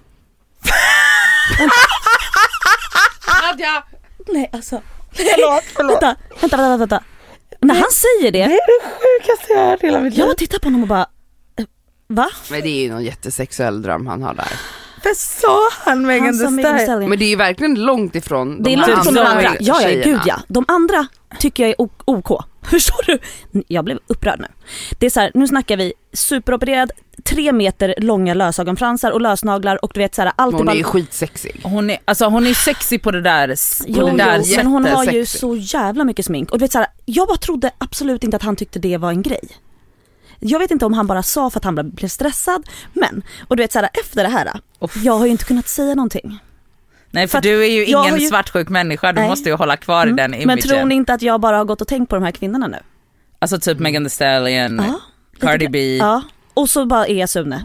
Nadja! Nej, alltså. Förlåt. Vänta. När han säger det. Det är det sjukaste jag hört hela mitt liv. Jag tittar på honom och bara, va? Men det är ju någon jättesexuell dröm han har där. Vad sa han, Megan Thee Stallion? Men det är ju verkligen långt ifrån. Det är långt ifrån de andra. Ja, gud ja. De andra tycker jag är OK. Förstår du? Jag blev upprörd nu. Det är så här, nu snackar vi superopererad, 3 meter långa lösögonfransar och lösnaglar och du vet så här, allt. Hon är ju skitsexig. Hon är sexig på det där. Men hon har ju så jävla mycket smink. Och du vet så här, jag bara trodde absolut inte att han tyckte det var en grej. Jag vet inte om han bara sa för att han blev stressad. Men, och du vet så här, efter det här, jag har ju inte kunnat säga någonting. Nej, för du är ju ingen svartsjuk människa. Du måste ju hålla kvar i den imagen. Men tror ni inte att jag bara har gått och tänkt på de här kvinnorna nu? Alltså typ Megan Thee Stallion, Cardi B. Ja, och så bara är jag Sune.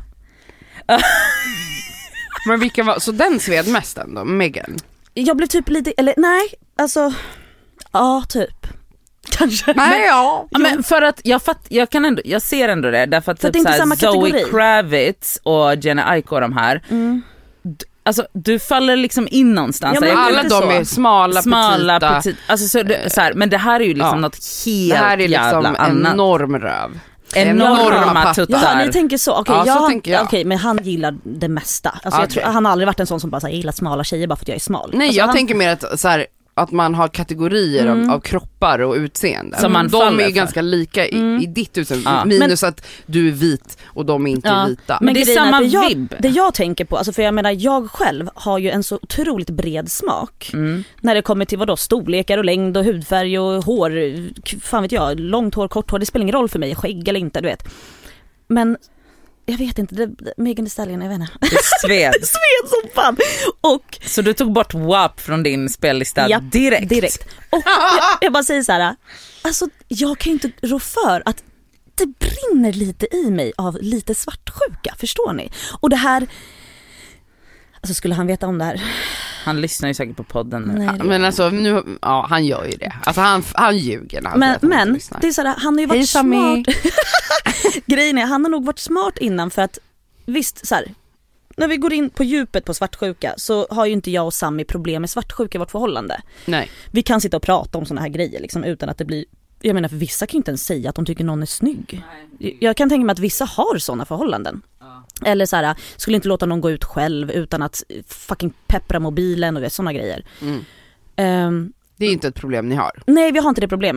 Men vilka var, så den sved mest ändå, Megan? Jag blev typ lite, eller nej, alltså, typ. Kanske. Nej, men för att jag ser ändå det, därför att typ det är inte samma Zoe kategori. Kravitz och Jenny Aiko och de här. Alltså du faller liksom in någonstans. Ja, men alla de är smala petita. Alltså så här, men det här är ju liksom något helt det här är liksom annat. Enorm röv. Enorma tuttar. Ja, ni tänker så. Okej, men han gillar det mesta. Alltså, jag tror, han har aldrig varit en sån som bara så här, gillar smala tjejer bara för att jag är smal. Nej, alltså, jag tänker mer att så här, att man har kategorier av kroppar och utseende. Som man de är ju ganska lika i ditt utseende. Minus att du är vit och de är inte vita. Men det är samma vibb. Det jag tänker på, alltså för jag menar, jag själv har ju en så otroligt bred smak. När det kommer till storlekar och längd och hudfärg och hår. Fan vet jag, långt hår, kort hår, det spelar ingen roll för mig, skägg eller inte, du vet. Men jag vet inte, Megan Thee Stallion, jag vet inte. Det sved. Det sved som fan. Och så du tog bort WAP från din spellista direkt. Och jag bara säger så här, alltså jag kan ju inte rå för att det brinner lite i mig av lite svartsjuka, förstår ni? Och det här, alltså skulle han veta om det här? Han lyssnar ju säkert på podden nu. Nej, men alltså nu, han gör ju det. Alltså han ljuger när han men det är så här, han har ju varit smart. Grejen är, han har nog varit smart innan, för att visst så här, när vi går in på djupet på svartsjuka så har ju inte jag och Sami problem med svartsjuka i vårt förhållande. Nej. Vi kan sitta och prata om såna här grejer liksom, utan att det blir, jag menar, för vissa kan ju inte ens säga att de tycker någon är snygg. Nej. Jag kan tänka mig att vissa har såna förhållanden. Eller så här, skulle inte låta någon gå ut själv utan att fucking peppra mobilen och såna grejer. Det är inte ett problem ni har. Nej, vi har inte det problemet.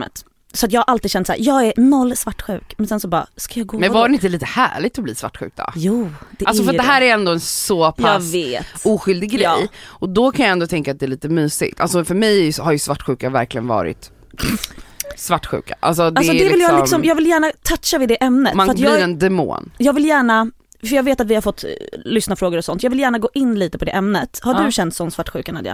Så att jag har alltid känt så här, jag är noll svartsjuk. Men sen så bara, ska jag gå? Men var det inte lite härligt att bli svartsjuk då? Jo, det alltså är för ju att det här är ändå en så pass oskyldig grej. Ja. Och då kan jag ändå tänka att det är lite mysigt. Alltså för mig har ju svartsjuka verkligen varit svartsjuka. Alltså det vill jag vill gärna toucha vid det ämnet. Man för att blir en demon. Jag vill gärna, för jag vet att vi har fått lyssna frågor och sånt. Jag vill gärna gå in lite på det ämnet. Har du känt som svartsjuka, Nadia?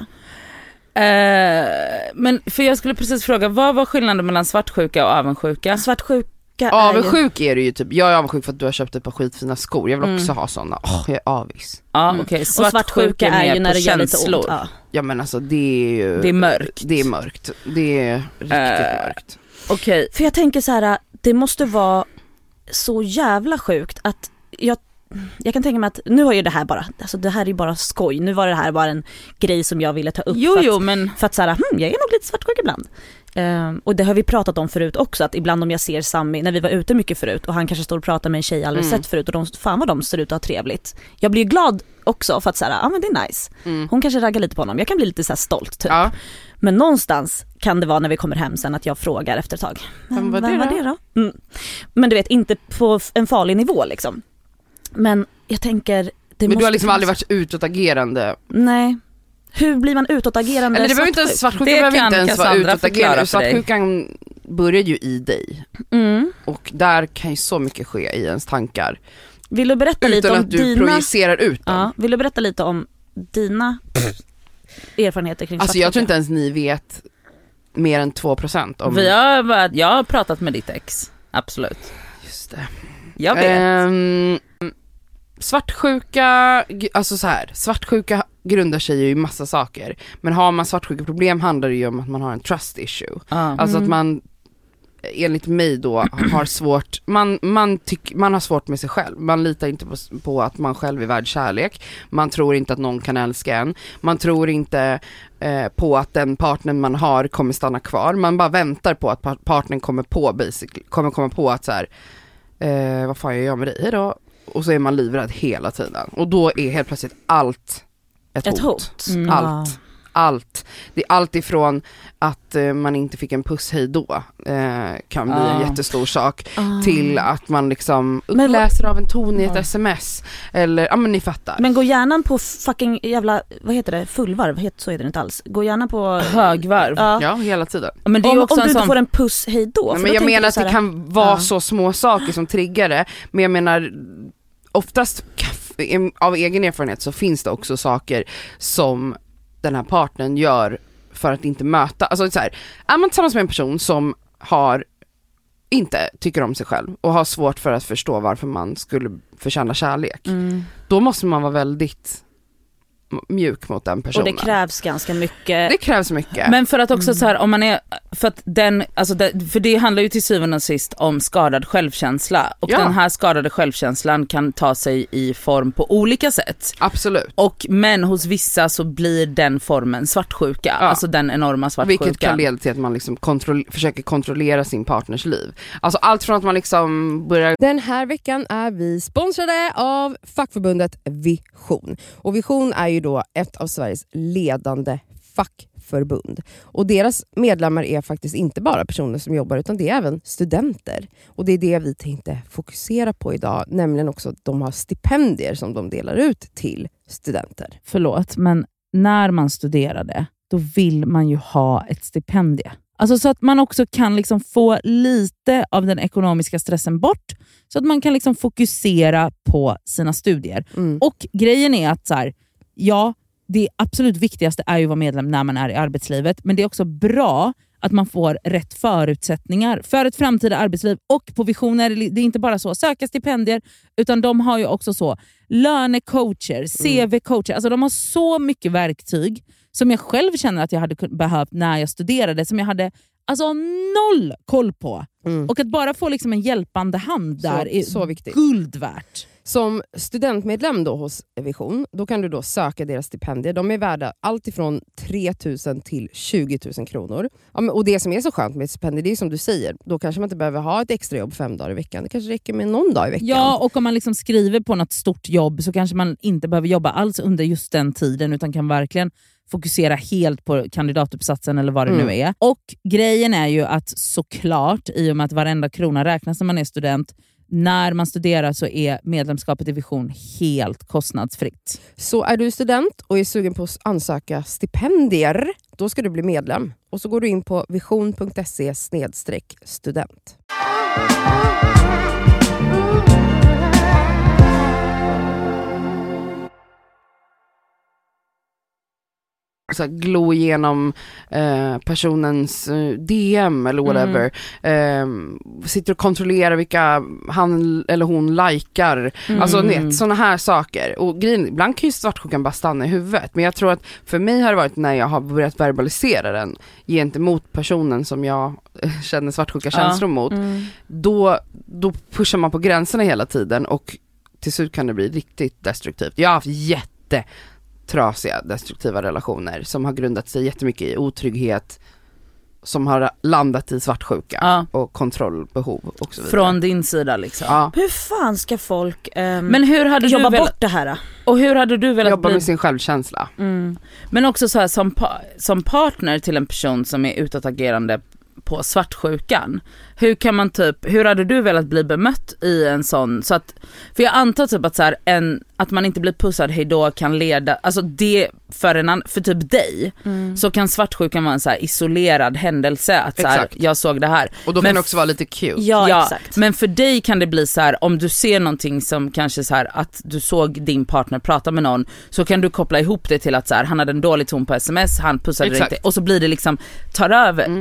Men för jag skulle precis fråga, vad var skillnaden mellan svartsjuka och avundsjuka? Svartsjuka avundsjuk är det ju typ, jag är avundsjuk för att du har köpt ett par skitfina skor. Jag vill också ha sådana. Jag är avis. Ja, okej. Och svartsjuka är ju när det gör lite ont. Ja men alltså det är ju... Det är mörkt. Det är mörkt. Det är riktigt mörkt. Okej. För jag tänker så här, det måste vara så jävla sjukt att jag kan tänka mig att nu har ju det här bara, alltså det här är ju bara skoj. Nu var det här bara en grej som jag ville ta upp för att så här, jag är nog lite svartsjuk ibland. Och det har vi pratat om förut också, att ibland om jag ser Sammy när vi var ute mycket förut och han kanske står och pratar med en tjej jag aldrig sett förut och fan vad de ser ut att ha trevligt. Jag blir glad också för att så här, men det är nice. Hon kanske raggar lite på honom. Jag kan bli lite så här stolt typ. Ja. Men någonstans kan det vara när vi kommer hem sen att jag frågar efter ett tag. Vad var det då? Men du vet, inte på en farlig nivå liksom. Men jag tänker... Men du har liksom aldrig varit utåtagerande? Nej. Hur blir man utåtagerande? Eller det behöver inte svartsjuka, behöver inte ens vara utåtagerande. Svartsjukan börjar ju i dig. Och där kan ju så mycket ske i ens tankar. Vill du berätta lite om att du projicerar ut dem? Ja, vill du berätta lite om dina erfarenheter kring svartsjuka? Alltså jag tror inte ens ni vet mer än 2% om... Jag har pratat med ditt ex. Absolut. Just det. Jag vet. Svartsjuka, alltså så här, svartsjuka grundar sig ju i massa saker. Men har man svartsjuka problem handlar det ju om att man har en trust issue. Alltså att man, enligt mig då, har svårt, man har svårt med sig själv. Man litar inte på att man själv är värd kärlek. Man tror inte att någon kan älska en. Man tror inte på att den partnern man har kommer stanna kvar. Man bara väntar på att partnern kommer komma på att så här, vad fan jag med dig då? Och så är man livrädd hela tiden. Och då är helt plötsligt allt ett hot. Allt. Det är allt ifrån att man inte fick en puss hej då kan bli en jättestor sak till att man liksom läser av en ton i ett sms eller, men ni fattar. Men gå hjärnan på fucking jävla, vad heter det, fullvarv, så heter det inte alls. Gå gärna på högvarv. Ja, hela tiden. Men det är också om du inte får en puss hej då. Men jag menar att det kan vara så små saker som triggar det. Men jag menar oftast av egen erfarenhet så finns det också saker som den här partnern gör för att inte möta, alltså så här, är man tillsammans med en person som inte tycker om sig själv och har svårt för att förstå varför man skulle förtjäna kärlek, då måste man vara väldigt mjuk mot den personen. Och det krävs ganska mycket. Det krävs mycket. Men för att också så här, om man är, för att för det handlar ju till syvende och sist om skadad självkänsla och den här skadade självkänslan kan ta sig i form på olika sätt. Absolut. Men hos vissa så blir den formen svartsjuka, alltså den enorma svartsjukan. Vilket kan leda till att man liksom försöker kontrollera sin partners liv. Alltså allt från att man liksom börjar... Den här veckan är vi sponsrade av fackförbundet Vision. Och Vision är ju då ett av Sveriges ledande fackförbund. Och deras medlemmar är faktiskt inte bara personer som jobbar utan det är även studenter. Och det är det vi tänkte fokusera på idag, nämligen också att de har stipendier som de delar ut till studenter. Förlåt, men när man studerade då vill man ju ha ett stipendie. Alltså så att man också kan liksom få lite av den ekonomiska stressen bort så att man kan liksom fokusera på sina studier. Och grejen är att så här, det absolut viktigaste är ju att vara medlem när man är i arbetslivet, men det är också bra att man får rätt förutsättningar för ett framtida arbetsliv. Och på Vision är det är inte bara så söka stipendier, utan de har ju också så lönecoacher, CV-coacher, alltså de har så mycket verktyg som jag själv känner att jag hade behövt när jag studerade, som jag hade alltså noll koll på. Och att bara få liksom en hjälpande hand där är så viktigt. Guld värt. Som studentmedlem då hos Vision, då kan du då söka deras stipendier. De är värda allt ifrån 3 000 till 20 000 kronor. Ja, och det som är så skönt med ett stipendier, det är som du säger, då kanske man inte behöver ha ett extra jobb 5 dagar i veckan. Det kanske räcker med någon dag i veckan. Ja, och om man liksom skriver på något stort jobb så kanske man inte behöver jobba alls under just den tiden, utan kan verkligen fokusera helt på kandidatuppsatsen eller vad det nu är. Och grejen är ju att såklart, i och med att varenda krona räknas när man är student, när man studerar så är medlemskapet i Vision helt kostnadsfritt. Så är du student och är sugen på att ansöka stipendier, då ska du bli medlem. Och så går du in på vision.se/student. Så här, glo igenom personens DM eller whatever. Sitter och kontrollerar vilka han eller hon likar. Alltså sådana här saker. Och grejen, ibland kan ju svartsjukan bara stanna i huvudet. Men jag tror att för mig har det varit när jag har börjat verbalisera den gentemot personen som jag känner svartsjuka känslor mot. Då pushar man på gränserna hela tiden och till slut kan det bli riktigt destruktivt. Jag har haft trasiga, destruktiva relationer som har grundat sig jättemycket i otrygghet, som har landat i svartsjuka och kontrollbehov och så vidare. Från din sida liksom. Ja. Hur fan ska folk men hur hade jobba du bort det här? Och hur hade du velat jobba med sin självkänsla? Men också så här, som partner till en person som är utåtagerande på svartsjukan. Hur hade du velat bli bemött i en sån, så att, för jag antar typ att så här, att man inte blir pussad hejdå kan leda, alltså det för typ dig så kan svartsjukan vara en så här isolerad händelse att så här, jag såg det här. Och då kan det också vara lite cute. Ja, exakt. Men för dig kan det bli så här, om du ser någonting som kanske så här, att du såg din partner prata med någon, så kan du koppla ihop det till att så här, han hade en dålig ton på sms, han pussade dig inte, och så blir det liksom tar över.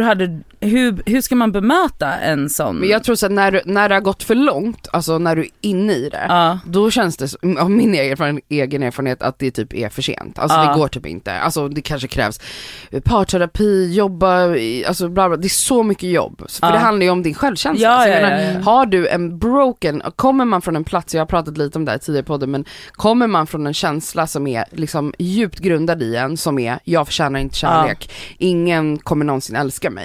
Hur ska man bemöta en sån? Men jag tror så att när det har gått för långt, alltså när du är inne i det, då känns det av min egen erfarenhet att det typ är för sent. Alltså det går typ inte. Alltså det kanske krävs parterapi, jobba, alltså bla bla. Det är så mycket jobb. För det handlar ju om din självkänsla. Har du en kommer man från en plats, jag har pratat lite om det här tidigare på det, men kommer man från en känsla som är liksom djupt grundad i en, som är jag förtjänar inte kärlek. Ingen kommer någonsin älska mig.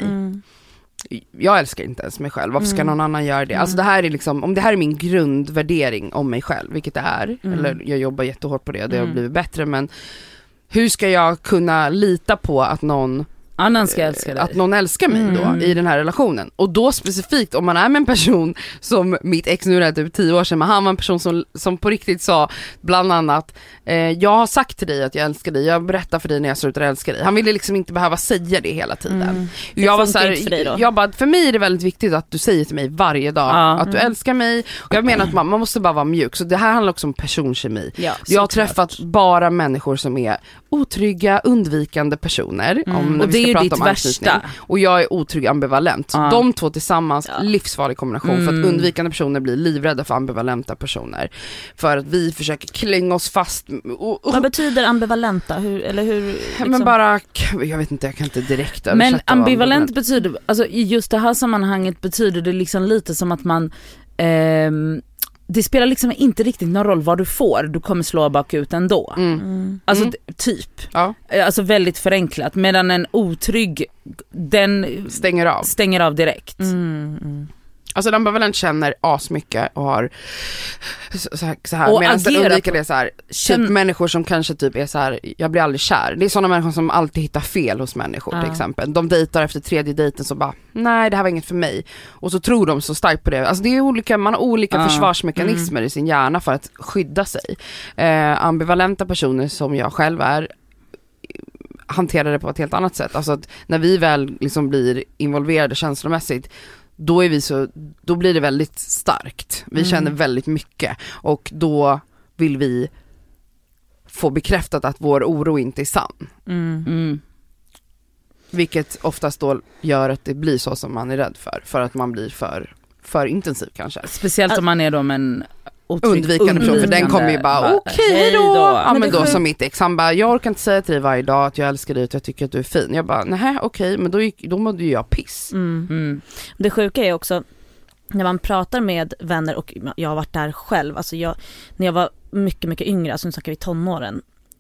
Jag älskar inte ens mig själv. Varför ska någon annan göra det? Alltså det här är liksom, om det här är min grundvärdering om mig själv, vilket det är, eller jag jobbar jättehårt på det och det har blivit bättre, men hur ska jag kunna lita på att någon annan ska älska dig, att någon älskar mig då i den här relationen? Och då specifikt om man är med en person som mitt ex, nu är det typ 10 år sedan, men han var en person som på riktigt sa bland annat jag har sagt till dig att jag älskar dig, jag berättar för dig när jag slutar älska dig. Han ville liksom inte behöva säga det hela tiden. Jag var så här, jag bara, för mig är det väldigt viktigt att du säger till mig varje dag att du älskar mig, och jag menar att man måste bara vara mjuk. Så det här handlar också om personkemi. Jag har träffat bara människor som är otrygga, undvikande personer, om och det är ju ditt värsta. Och jag är otrygg ambivalent. De två tillsammans, livsfarlig kombination, för att undvikande personer blir livrädda för ambivalenta personer. För att vi försöker klänga oss fast. Vad betyder ambivalenta? Hur liksom? Men bara, jag vet inte, jag kan inte direkt översätta. Men ambivalent betyder, alltså i just det här sammanhanget betyder det liksom lite som att man det spelar liksom inte riktigt någon roll vad du får, du kommer slå bakut ändå. Alltså typ. Alltså väldigt förenklat, medan en otrygg, den stänger av direkt. Alltså de bara känner asmycket och har så här, medan den undviker det så här, typ människor som kanske typ är så här, jag blir aldrig kär. Det är sådana människor som alltid hittar fel hos människor till exempel. De dejtar efter 3:e dejten så bara, nej det här var inget för mig. Och så tror de så starkt på det. Alltså det är olika, man har olika försvarsmekanismer i sin hjärna för att skydda sig. Ambivalenta personer som jag själv är hanterar det på ett helt annat sätt. Alltså att när vi väl liksom blir involverade känslomässigt, då blir det väldigt starkt. Vi känner väldigt mycket, och då vill vi få bekräftat att vår oro inte är sann. Vilket oftast då gör att det blir så som man är rädd för att man blir för intensiv kanske. Speciellt om man är då med en undvikande person, för den kommer ju bara okej, hejdå. Ja, men då som mitt ex, han bara, jag orkar inte säga till dig varje dag att jag älskar dig och att jag tycker att du är fin. Jag bara, nej okej, men då mådde ju jag piss. Det sjuka är också när man pratar med vänner, och jag har varit där själv, alltså när jag var mycket, mycket yngre, alltså nu snackar vi tonåren,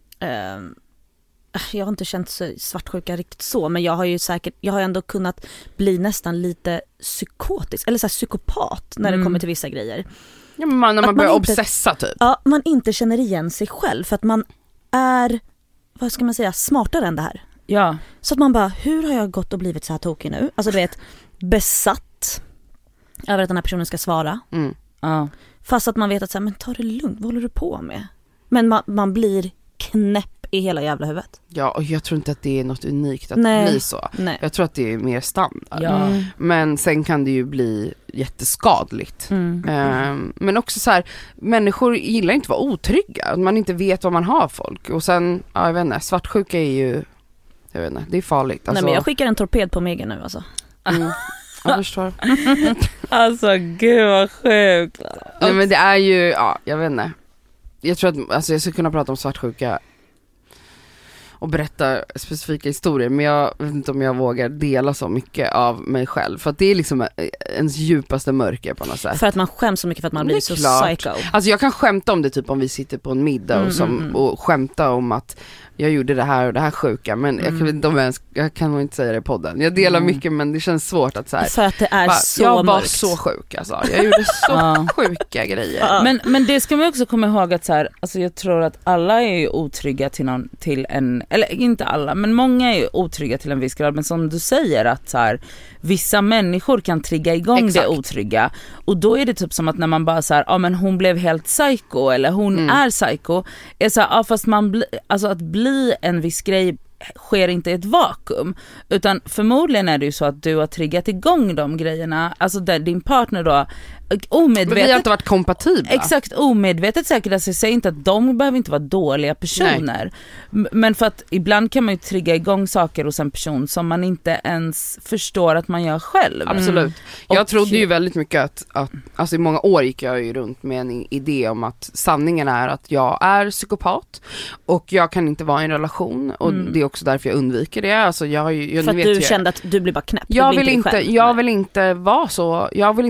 jag har inte känt så svartsjuka riktigt så, men jag har ändå kunnat bli nästan lite psykotisk, eller så här psykopat när det kommer till vissa grejer. Ja, när man börjar obsessa typ. Ja, man inte känner igen sig själv, för att man är vad ska man säga, smartare än det här. Ja. Så att man bara, hur har jag gått och blivit så här tokig nu? Alltså du vet, besatt över att den här personen ska svara. Ja. Fast att man vet att så här, men ta det lugnt, vad håller du på med? Men man blir knäpp i hela jävla huvudet. Ja, och jag tror inte att det är något unikt att Nej. bli så. Nej. Jag tror att det är mer standard. Ja. Men sen kan det ju bli jätteskadligt. Men också så här, människor gillar inte att vara otrygga. Man inte vet vad man har folk. Och sen, ja, jag vet inte, svartsjuka är ju, jag vet inte, det är farligt. Alltså, Nej, men jag skickar en torped på Megan nu alltså. Jag förstår. Alltså gud vad sjukt. Nej, men det är ju, ja, jag vet inte. Jag tror att, alltså jag skulle kunna prata om svartsjuka och berätta specifika historier, men jag vet inte om jag vågar dela så mycket av mig själv, för att det är liksom ens djupaste mörker på något sätt. För att man skäms så mycket för att man blir så psycho. Alltså jag kan skämta om det typ om vi sitter på en middag och skämta om att jag gjorde det här och det här sjuka, men jag vet inte om jag kan nog inte säga det i podden. Jag delar mycket, men det känns svårt att säga. För att det är så jag var mörkt. så sjuk alltså. Jag gjorde så sjuka grejer. Men det ska man också komma ihåg att så här, alltså jag tror att alla är ju otrygga till en, eller inte alla, men många är ju otrygga till en viss grad, men som du säger att så här, vissa människor kan trigga igång det otrygga, och då är det typ som att när man bara så här, ja men hon blev helt psycho eller hon är psycho, är så här, ja fast alltså att bli en viss grej sker inte i ett vakuum, utan förmodligen är det ju så att du har triggat igång de grejerna, alltså där din partner då omedvetet, men vi har inte varit kompatibla. Exakt, omedvetet säkert, alltså jag säger inte att de behöver inte vara dåliga personer. Men för att ibland kan man ju trigga igång saker hos en person som man inte ens förstår att man gör själv. Absolut. Jag trodde ju väldigt mycket att alltså i många år gick jag ju runt med en idé om att sanningen är att jag är psykopat och jag kan inte vara i en relation, och det är också därför jag undviker det. Alltså för att du kände att du blir bara knäpp. Jag vill inte vara så.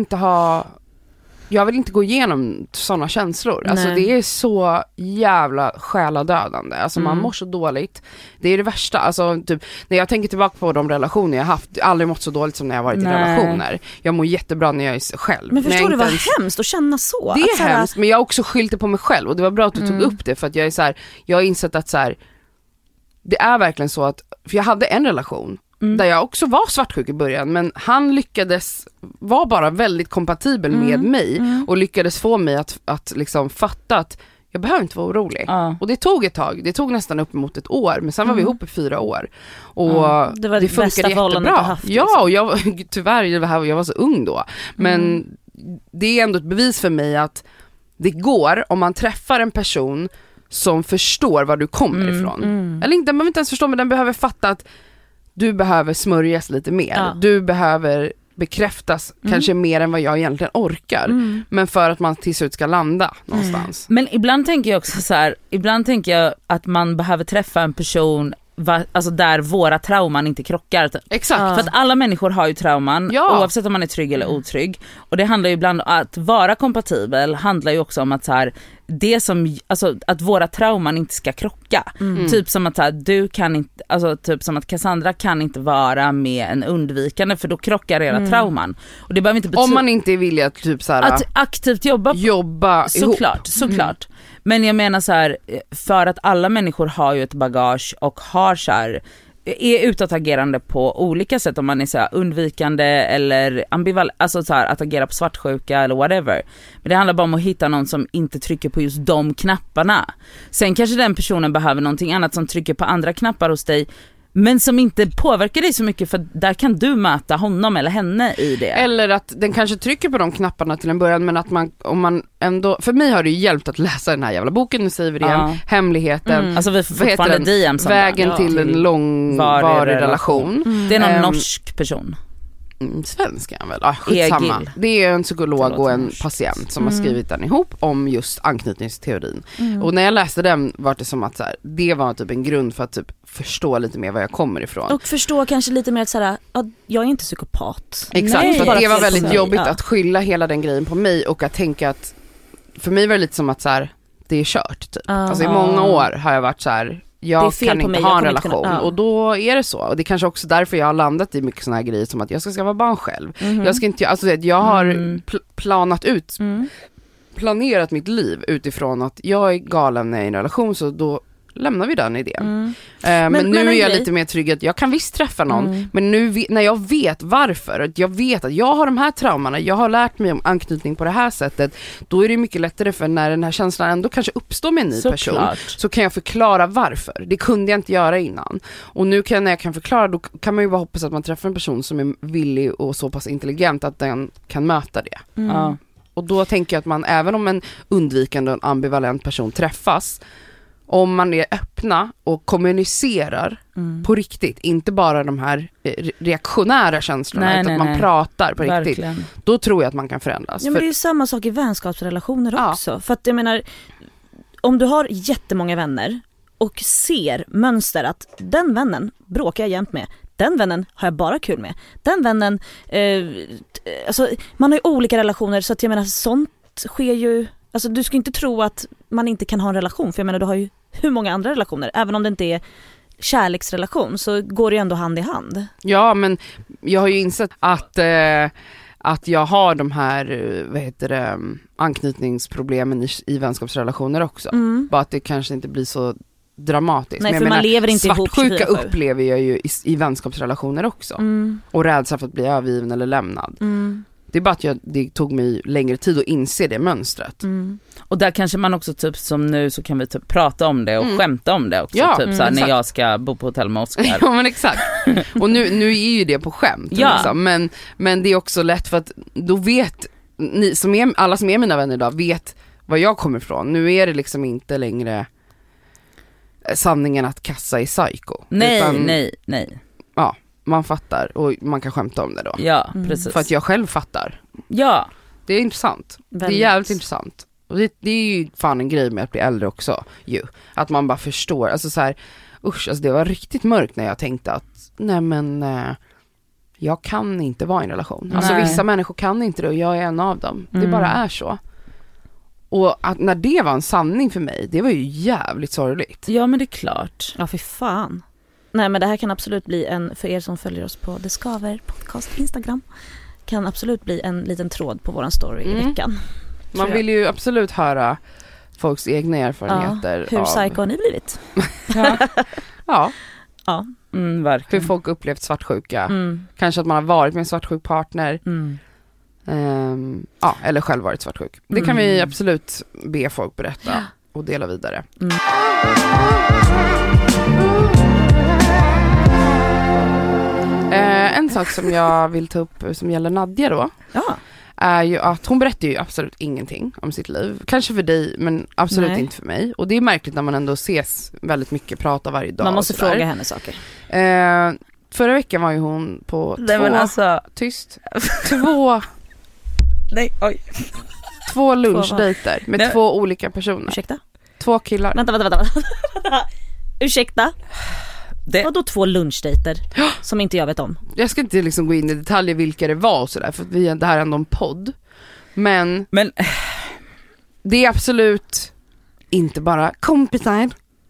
Jag vill inte gå igenom sådana känslor. Nej. Alltså det är så jävla själadödande. Alltså man mår så dåligt. Det är det värsta. Alltså typ, när jag tänker tillbaka på de relationer jag haft, jag har aldrig mått så dåligt som när jag varit i relationer. Jag mår jättebra när jag är själv. Men förstår du vad hemskt att känna så? Det är att hemskt, men jag har också skyllt det på mig själv. Och det var bra att du tog upp det, för att jag är så här, jag har insett att så här, det är verkligen så att, för jag hade en relation där jag också var svartsjuk i början, men han lyckades vara bara väldigt kompatibel med mig och lyckades få mig att liksom fatta att jag behöver inte vara orolig. Och det tog ett tag, det tog nästan upp mot ett år, men sen var vi ihop i 4 år. Och det var det funkade jättebra. Haft, liksom. Ja, och jag tyvärr, jag var så ung då, men det är ändå ett bevis för mig att det går om man träffar en person som förstår var du kommer ifrån. Eller inte, man behöver inte ens förstå, men den behöver fatta att du behöver smörjas lite mer. Ja. Du behöver bekräftas kanske mer än vad jag egentligen orkar. Men för att man till slut ska landa någonstans. Men ibland tänker jag också så här, ibland tänker jag att man behöver träffa en person alltså där våra trauman inte krockar. Exakt. För att alla människor har ju trauman, oavsett om man är trygg eller otrygg. Och det handlar ju ibland om att vara kompatibel, handlar ju också om att så här, det som, alltså att våra trauman inte ska krocka. Typ som att så här, du kan inte, alltså typ som att Cassandra kan inte vara med en undvikande, för då krockar era trauman. Och det behöver inte betyda, om man inte är villig att typ så här, att aktivt jobba såklart. Men jag menar så här, för att alla människor har ju ett bagage och har så här, är utåtagerande på olika sätt, om man är så här undvikande eller ambivalent, alltså så här, att agera på svartsjuka eller whatever. Men det handlar bara om att hitta någon som inte trycker på just de knapparna. Sen kanske den personen behöver någonting annat som trycker på andra knappar hos dig, men som inte påverkar dig så mycket, för där kan du möta honom eller henne i det. Eller att den kanske trycker på de knapparna till en början, men att man, om man ändå, för mig har det ju hjälpt att läsa den här jävla boken, nu säger vi det igen, Hemligheten. Alltså vi får fortfarande DMs om Vägen till en långvarig relation. Det är någon norsk person. Svenskan väl, skitsamma. Det är en psykolog och en patient som har skrivit den ihop om just anknytningsteorin. Och när jag läste den var det som att så här, det var typ en grund för att typ förstå lite mer var jag kommer ifrån. Och förstå kanske lite mer att så här, jag är inte psykopat. Exakt, Nej, för det var väldigt jobbigt ja. att skylla hela den grejen på mig, och att tänka att för mig var det lite som att så här, det är kört typ. Alltså i många år har jag varit så här, jag kan inte ha en relation, och då är det så. Och det är kanske också därför jag har landat i mycket såna här grejer som att jag ska vara barn själv. Jag ska inte, alltså jag har planerat mitt liv utifrån att jag är galen när jag är i en relation, så då lämnar vi den idén. Men nu är jag lite mer trygg att jag kan visst träffa någon, men nu när jag vet varför, att jag vet att jag har de här traumorna, jag har lärt mig om anknytning på det här sättet, då är det mycket lättare, för när den här känslan ändå kanske uppstår med en ny person, så kan jag förklara varför. Det kunde jag inte göra innan. Och nu när jag kan förklara, då kan man ju bara hoppas att man träffar en person som är villig och så pass intelligent att den kan möta det. Ja. Och då tänker jag att man, även om en undvikande och en ambivalent person träffas, om man är öppna och kommunicerar på riktigt, inte bara de här reaktionära känslorna, utan att man pratar på riktigt, då tror jag att man kan förändras. Ja, men det är ju samma sak i vänskapsrelationer också. För att jag menar, om du har jättemånga vänner och ser mönster att den vännen bråkar jag jämt med, den vännen har jag bara kul med, den vännen, alltså man har ju olika relationer, så att jag menar, sånt sker ju, alltså du ska inte tro att man inte kan ha en relation, för jag menar, du har ju hur många andra relationer, även om det inte är kärleksrelation, så går det ju ändå hand i hand. Ja, men jag har ju insett att jag har de här anknytningsproblemen i vänskapsrelationer också. Bara att det kanske inte blir så dramatiskt. Nej, men för man lever inte ihop. Svartsjuka upplever jag ju i vänskapsrelationer också. Och rädsla för att bli övergiven eller lämnad. Det är bara att det tog mig längre tid att inse det mönstret. Och där kanske man också typ som nu, så kan vi typ prata om det och skämta om det också. Typ såhär, när jag ska bo på hotell med Oscar. Ja, men exakt. Och nu är ju det på skämt. Liksom. Men det är också lätt, för att då vet ni, alla som är mina vänner idag, vet var jag kommer ifrån. Nu är det liksom inte längre sanningen att Kassa är psycho. Nej. Ja, man fattar och man kan skämta om det då. Ja, precis. För att jag själv fattar. Ja. Det är intressant. Det är jävligt intressant. Och det är ju fan en grej med att bli äldre också ju. Att man bara förstår. Alltså så här, usch, alltså det var riktigt mörkt när jag tänkte att jag kan inte vara i en relation. Alltså vissa människor kan inte det och jag är en av dem. Det bara är så. Och att när det var en sanning för mig, det var ju jävligt sorgligt. Ja, men det är klart. Ja, för fan. Nej, men det här kan absolut bli för er som följer oss på Det Skaver podcast Instagram, kan absolut bli en liten tråd på våran story i veckan. Man vill ju absolut höra folks egna erfarenheter. Ja, hur psycho har ni blivit? Ja. Verkligen. Hur folk upplevt svartsjuka. Kanske att man har varit med en svartsjuk partner. Eller själv varit svartsjuk. Det kan vi absolut be folk berätta och dela vidare. En sak som jag vill ta upp som gäller Nadja då, är ju att hon berättar ju absolut ingenting om sitt liv. Kanske för dig, men absolut inte för mig. Och det är märkligt när man ändå ses väldigt mycket, pratar varje dag. Man måste fråga henne saker. Förra veckan var ju hon på två lunchdejter med 2 olika personer. Ursäkta? 2 killar. Vänta. Ursäkta? Vadå 2 lunchdejter som inte jag vet om? Jag ska inte liksom gå in i detaljer vilka det var och sådär, för att det här är ändå en podd. Men det är absolut inte bara kompisar.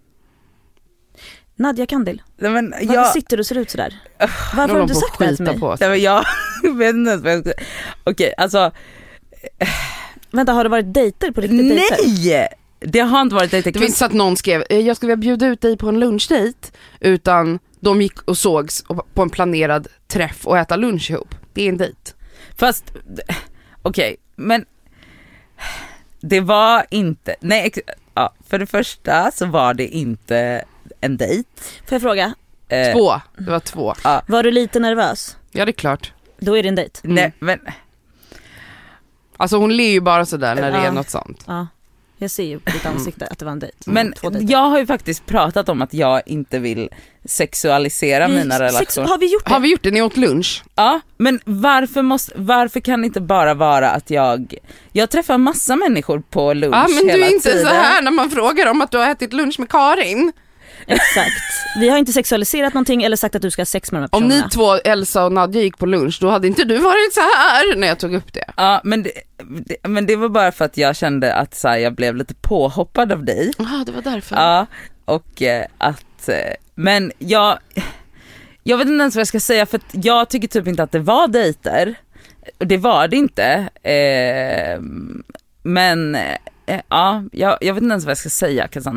Nadja Kandil, varför sitter du och ser ut sådär? Varför har du inte sagt det till mig? Jag vet inte. Okej, alltså vänta, har det varit dejter på riktigt? Nej! Det har inte varit dejter. Det var inte så att någon skrev jag skulle vilja bjuda ut dig på en lunchdejt, utan de gick och sågs på en planerad träff och äta lunch ihop. Det är en dejt. Fast okej, men det var inte. För det första så var det inte en dejt. Får jag fråga? 2. Det var 2. Var du lite nervös? Ja, det är klart. Då är det en dejt. Nej, men alltså hon ler ju bara sådär när det är något sånt. Ja. Jag ser ju på ditt ansikte att det var en dejt. Men jag har ju faktiskt pratat om att jag inte vill sexualisera mina relationer. Har vi gjort det? Ni åt lunch? Ja, men varför kan det inte bara vara att jag träffar massa människor på lunch hela tiden? Ja, men du är inte så här när man frågar om att du har ätit lunch med Karin. Exakt. Vi har inte sexualiserat någonting eller sagt att du ska ha sex med de här personerna. Om ni 2, Elsa och Nadja, gick på lunch, då hade inte du varit så här när jag tog upp det. Ja, men det var bara för att jag kände att så här, jag blev lite påhoppad av dig. Det var därför. Ja, och men jag vet inte ens vad jag ska säga, för att jag tycker typ inte att det var dejter. Och det var det inte. Men jag vet inte ens vad jag ska säga, Cassandra.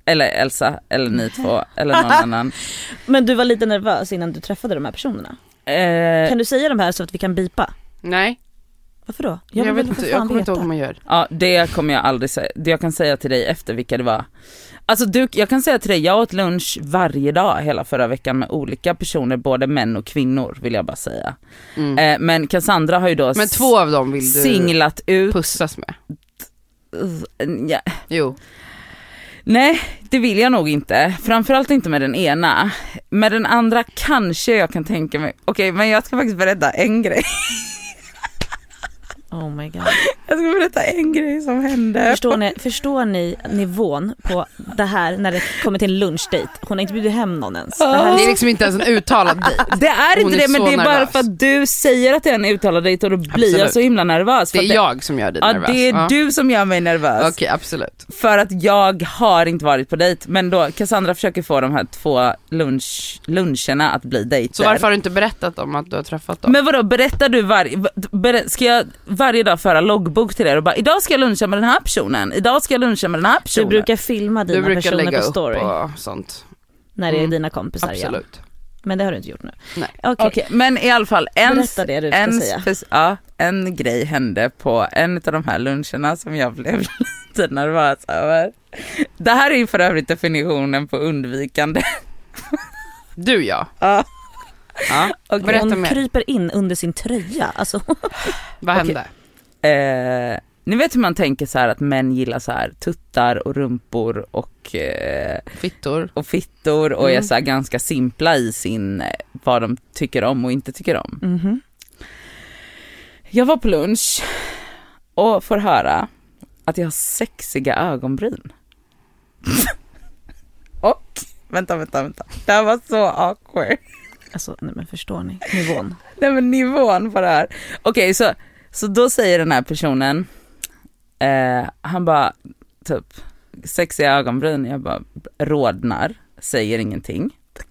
Eller Elsa, eller ni två, eller någon annan. Men du var lite nervös innan du träffade de här personerna. Kan du säga de här så att vi kan bipa? Nej. Varför då? Jag vet inte, jag kommer inte ihåg hur man gör. Ja, det kommer jag aldrig säga. Jag kan säga till dig efter vilka det var. Alltså jag kan säga till dig, jag åt lunch varje dag hela förra veckan med olika personer, både män och kvinnor, vill jag bara säga. Men Cassandra har ju då men 2 av dem vill du singlat ut. pussas med. Ja. Jo. Nej, det vill jag nog inte. Framförallt inte med den ena. Med den andra kanske jag kan tänka mig. Okej, men jag ska faktiskt berätta en grej. Oh my god. Jag ska berätta en grej som hände. Förstår ni nivån på det här när det kommer till en lunchdate? Hon har inte bjudit hem någon ens. Det Det är liksom inte ens en uttalad dejt. Det är Hon inte är det, men så det är bara nervös. för att du säger att det är en uttalad dejt och då blir jag Absolut. så himla nervös. Det För är att jag som gör dig Ja, nervös. det är du som gör mig nervös. Okej, absolut. För att jag har inte varit på dejt. Men då Cassandra försöker få de här 2 luncherna att bli dejter. Så varför har du inte berättat om att du har träffat dem? Men vadå, berättar du ska jag varje dag föra loggbok till er och bara, idag ska jag luncha med den här personen, idag ska jag luncha med den här personen. Du brukar filma Du dina brukar personer lägga på upp story och sånt. när det är dina kompisar. Absolut. Ja. Men det har du inte gjort nu. Nej. Okej. Men i alla fall Berätta det du ska säga. En grej hände på en av de här luncherna som jag blev lite nervös över. Det här är ju för övrigt definitionen på undvikande. Du ja. Ja. Ja. Okay. Berätta Hon mer. kryper in under sin tröja. Alltså. Vad hände? Ni vet hur man tänker så här att män gillar så här tuttar och rumpor och Fittor. och är så här ganska simpla i sin vad de tycker om och inte tycker om. Mhm. Jag var på lunch och får höra att jag har sexiga ögonbryn. Och vänta. Det här var så awkward. Alltså, nej men förstår ni nivån? Nej men nivån på det här. Okej, så då säger den här personen han bara typ sexiga ögonbryn. Jag bara rodnar, säger ingenting.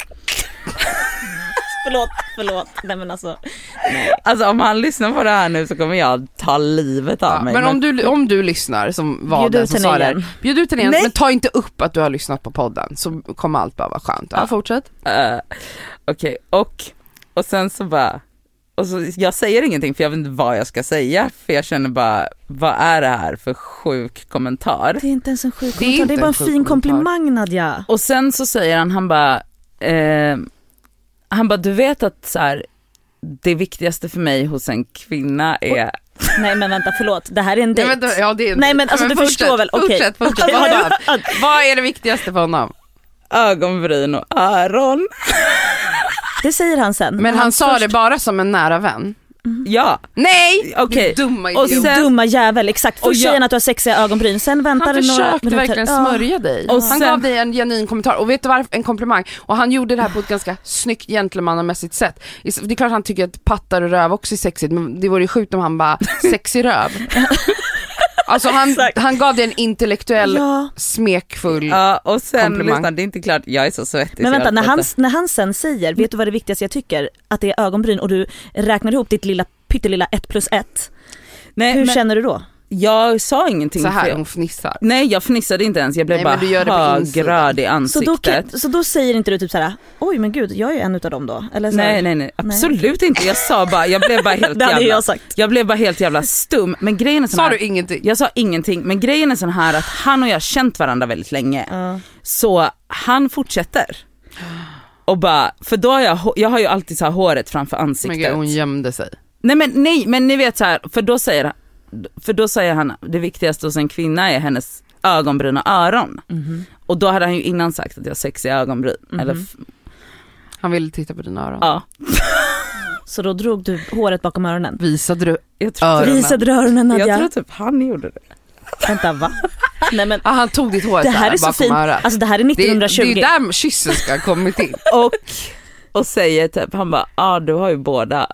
Förlåt. Nej men alltså. Alltså om han lyssnar på det här nu så kommer jag ta livet av mig. Men om du lyssnar som var Bjud den ut som henne sa det igen. här, bjud ut den igen, Nej. men ta inte upp att du har lyssnat på podden så kommer allt bara vara skönt. Ja, fortsätt. Okej, och sen så bara och så, jag säger ingenting för jag vet inte vad jag ska säga, för jag känner bara, vad är det här för sjuk kommentar? Det är inte ens en sjuk Det är kommentar. Det är inte bara en en sjuk fin kommentar. komplimang, Nadja. Och sen så säger han bara du vet att så här, det viktigaste för mig hos en kvinna är Nej men vänta, förlåt. Det här är en dejt. Nej, vänta, ja, det är Nej, men alltså, du fortsätt, förstår väl, okej. Fortsätt. Vad är det viktigaste för honom? ögonbryn och öron. Det säger han sen. Men han sa det bara som en nära vän. Ja, Nej! okej. Dumma Och idiot. sen- Dumma jävel, exakt. Och Först säger han att du har sexiga ögonbryn, sen väntar Han det några försökte minuter. verkligen Ja. smörja dig. Och Han sen- gav dig en genuin kommentar. Och vet du varför? En komplimang. Och han gjorde det här på ett ganska snyggt gentlemannamässigt sätt. Det är klart han tycker att pattar och röv också är sexigt, men det vore ju sjukt om han bara sexig röv. Alltså han gav dig en intellektuell, Ja. smekfull. ja, och sen Komplimang. lyssna, det är inte klart, jag är så svettig. Men så vänta, jag när han sen säger, vet du vad det viktigaste jag tycker? Att det är ögonbryn och du räknar ihop ditt lilla pyttelilla 1+1. Nej, Hur men känner du då? jag sa ingenting. Så för här, jag- hon fnissar. Nej, jag fnissade inte ens. Jag blev Nej, bara men du gör det på högröd i Så ansiktet. då säger inte du typ så här: oj men gud, jag är en utav dem då? Eller så här, Nej, absolut inte. Jag sa bara, jag blev bara helt Det hade jävla, jag sagt. jag blev bara helt jävla stum. Men grejen är sån Sa här, du ingenting? jag sa ingenting, men grejen är sån här att han och jag har känt varandra väldigt länge. Ja. Så han fortsätter. Och bara, för då har jag har ju alltid så här håret framför Men ansiktet. gud, hon gömde sig. Nej, men ni vet så här, för då säger han det viktigaste hos en kvinna är hennes ögonbryn och öron. Och då hade han ju innan sagt att jag har sexiga ögonbryn. Eller Han ville titta på dina öron. ja. Så då drog du håret bakom öronen. Visade du? Jag tror, Öronen. Visade du öronen, Nadja? jag tror typ han gjorde det. Vänta, va? Nej men Ja, han tog ditt hår det här är så bakom fint. örat. Alltså det här är det 1920. är där kyssen ska ha kommit in. Och säger typ, han bara, du har ju båda.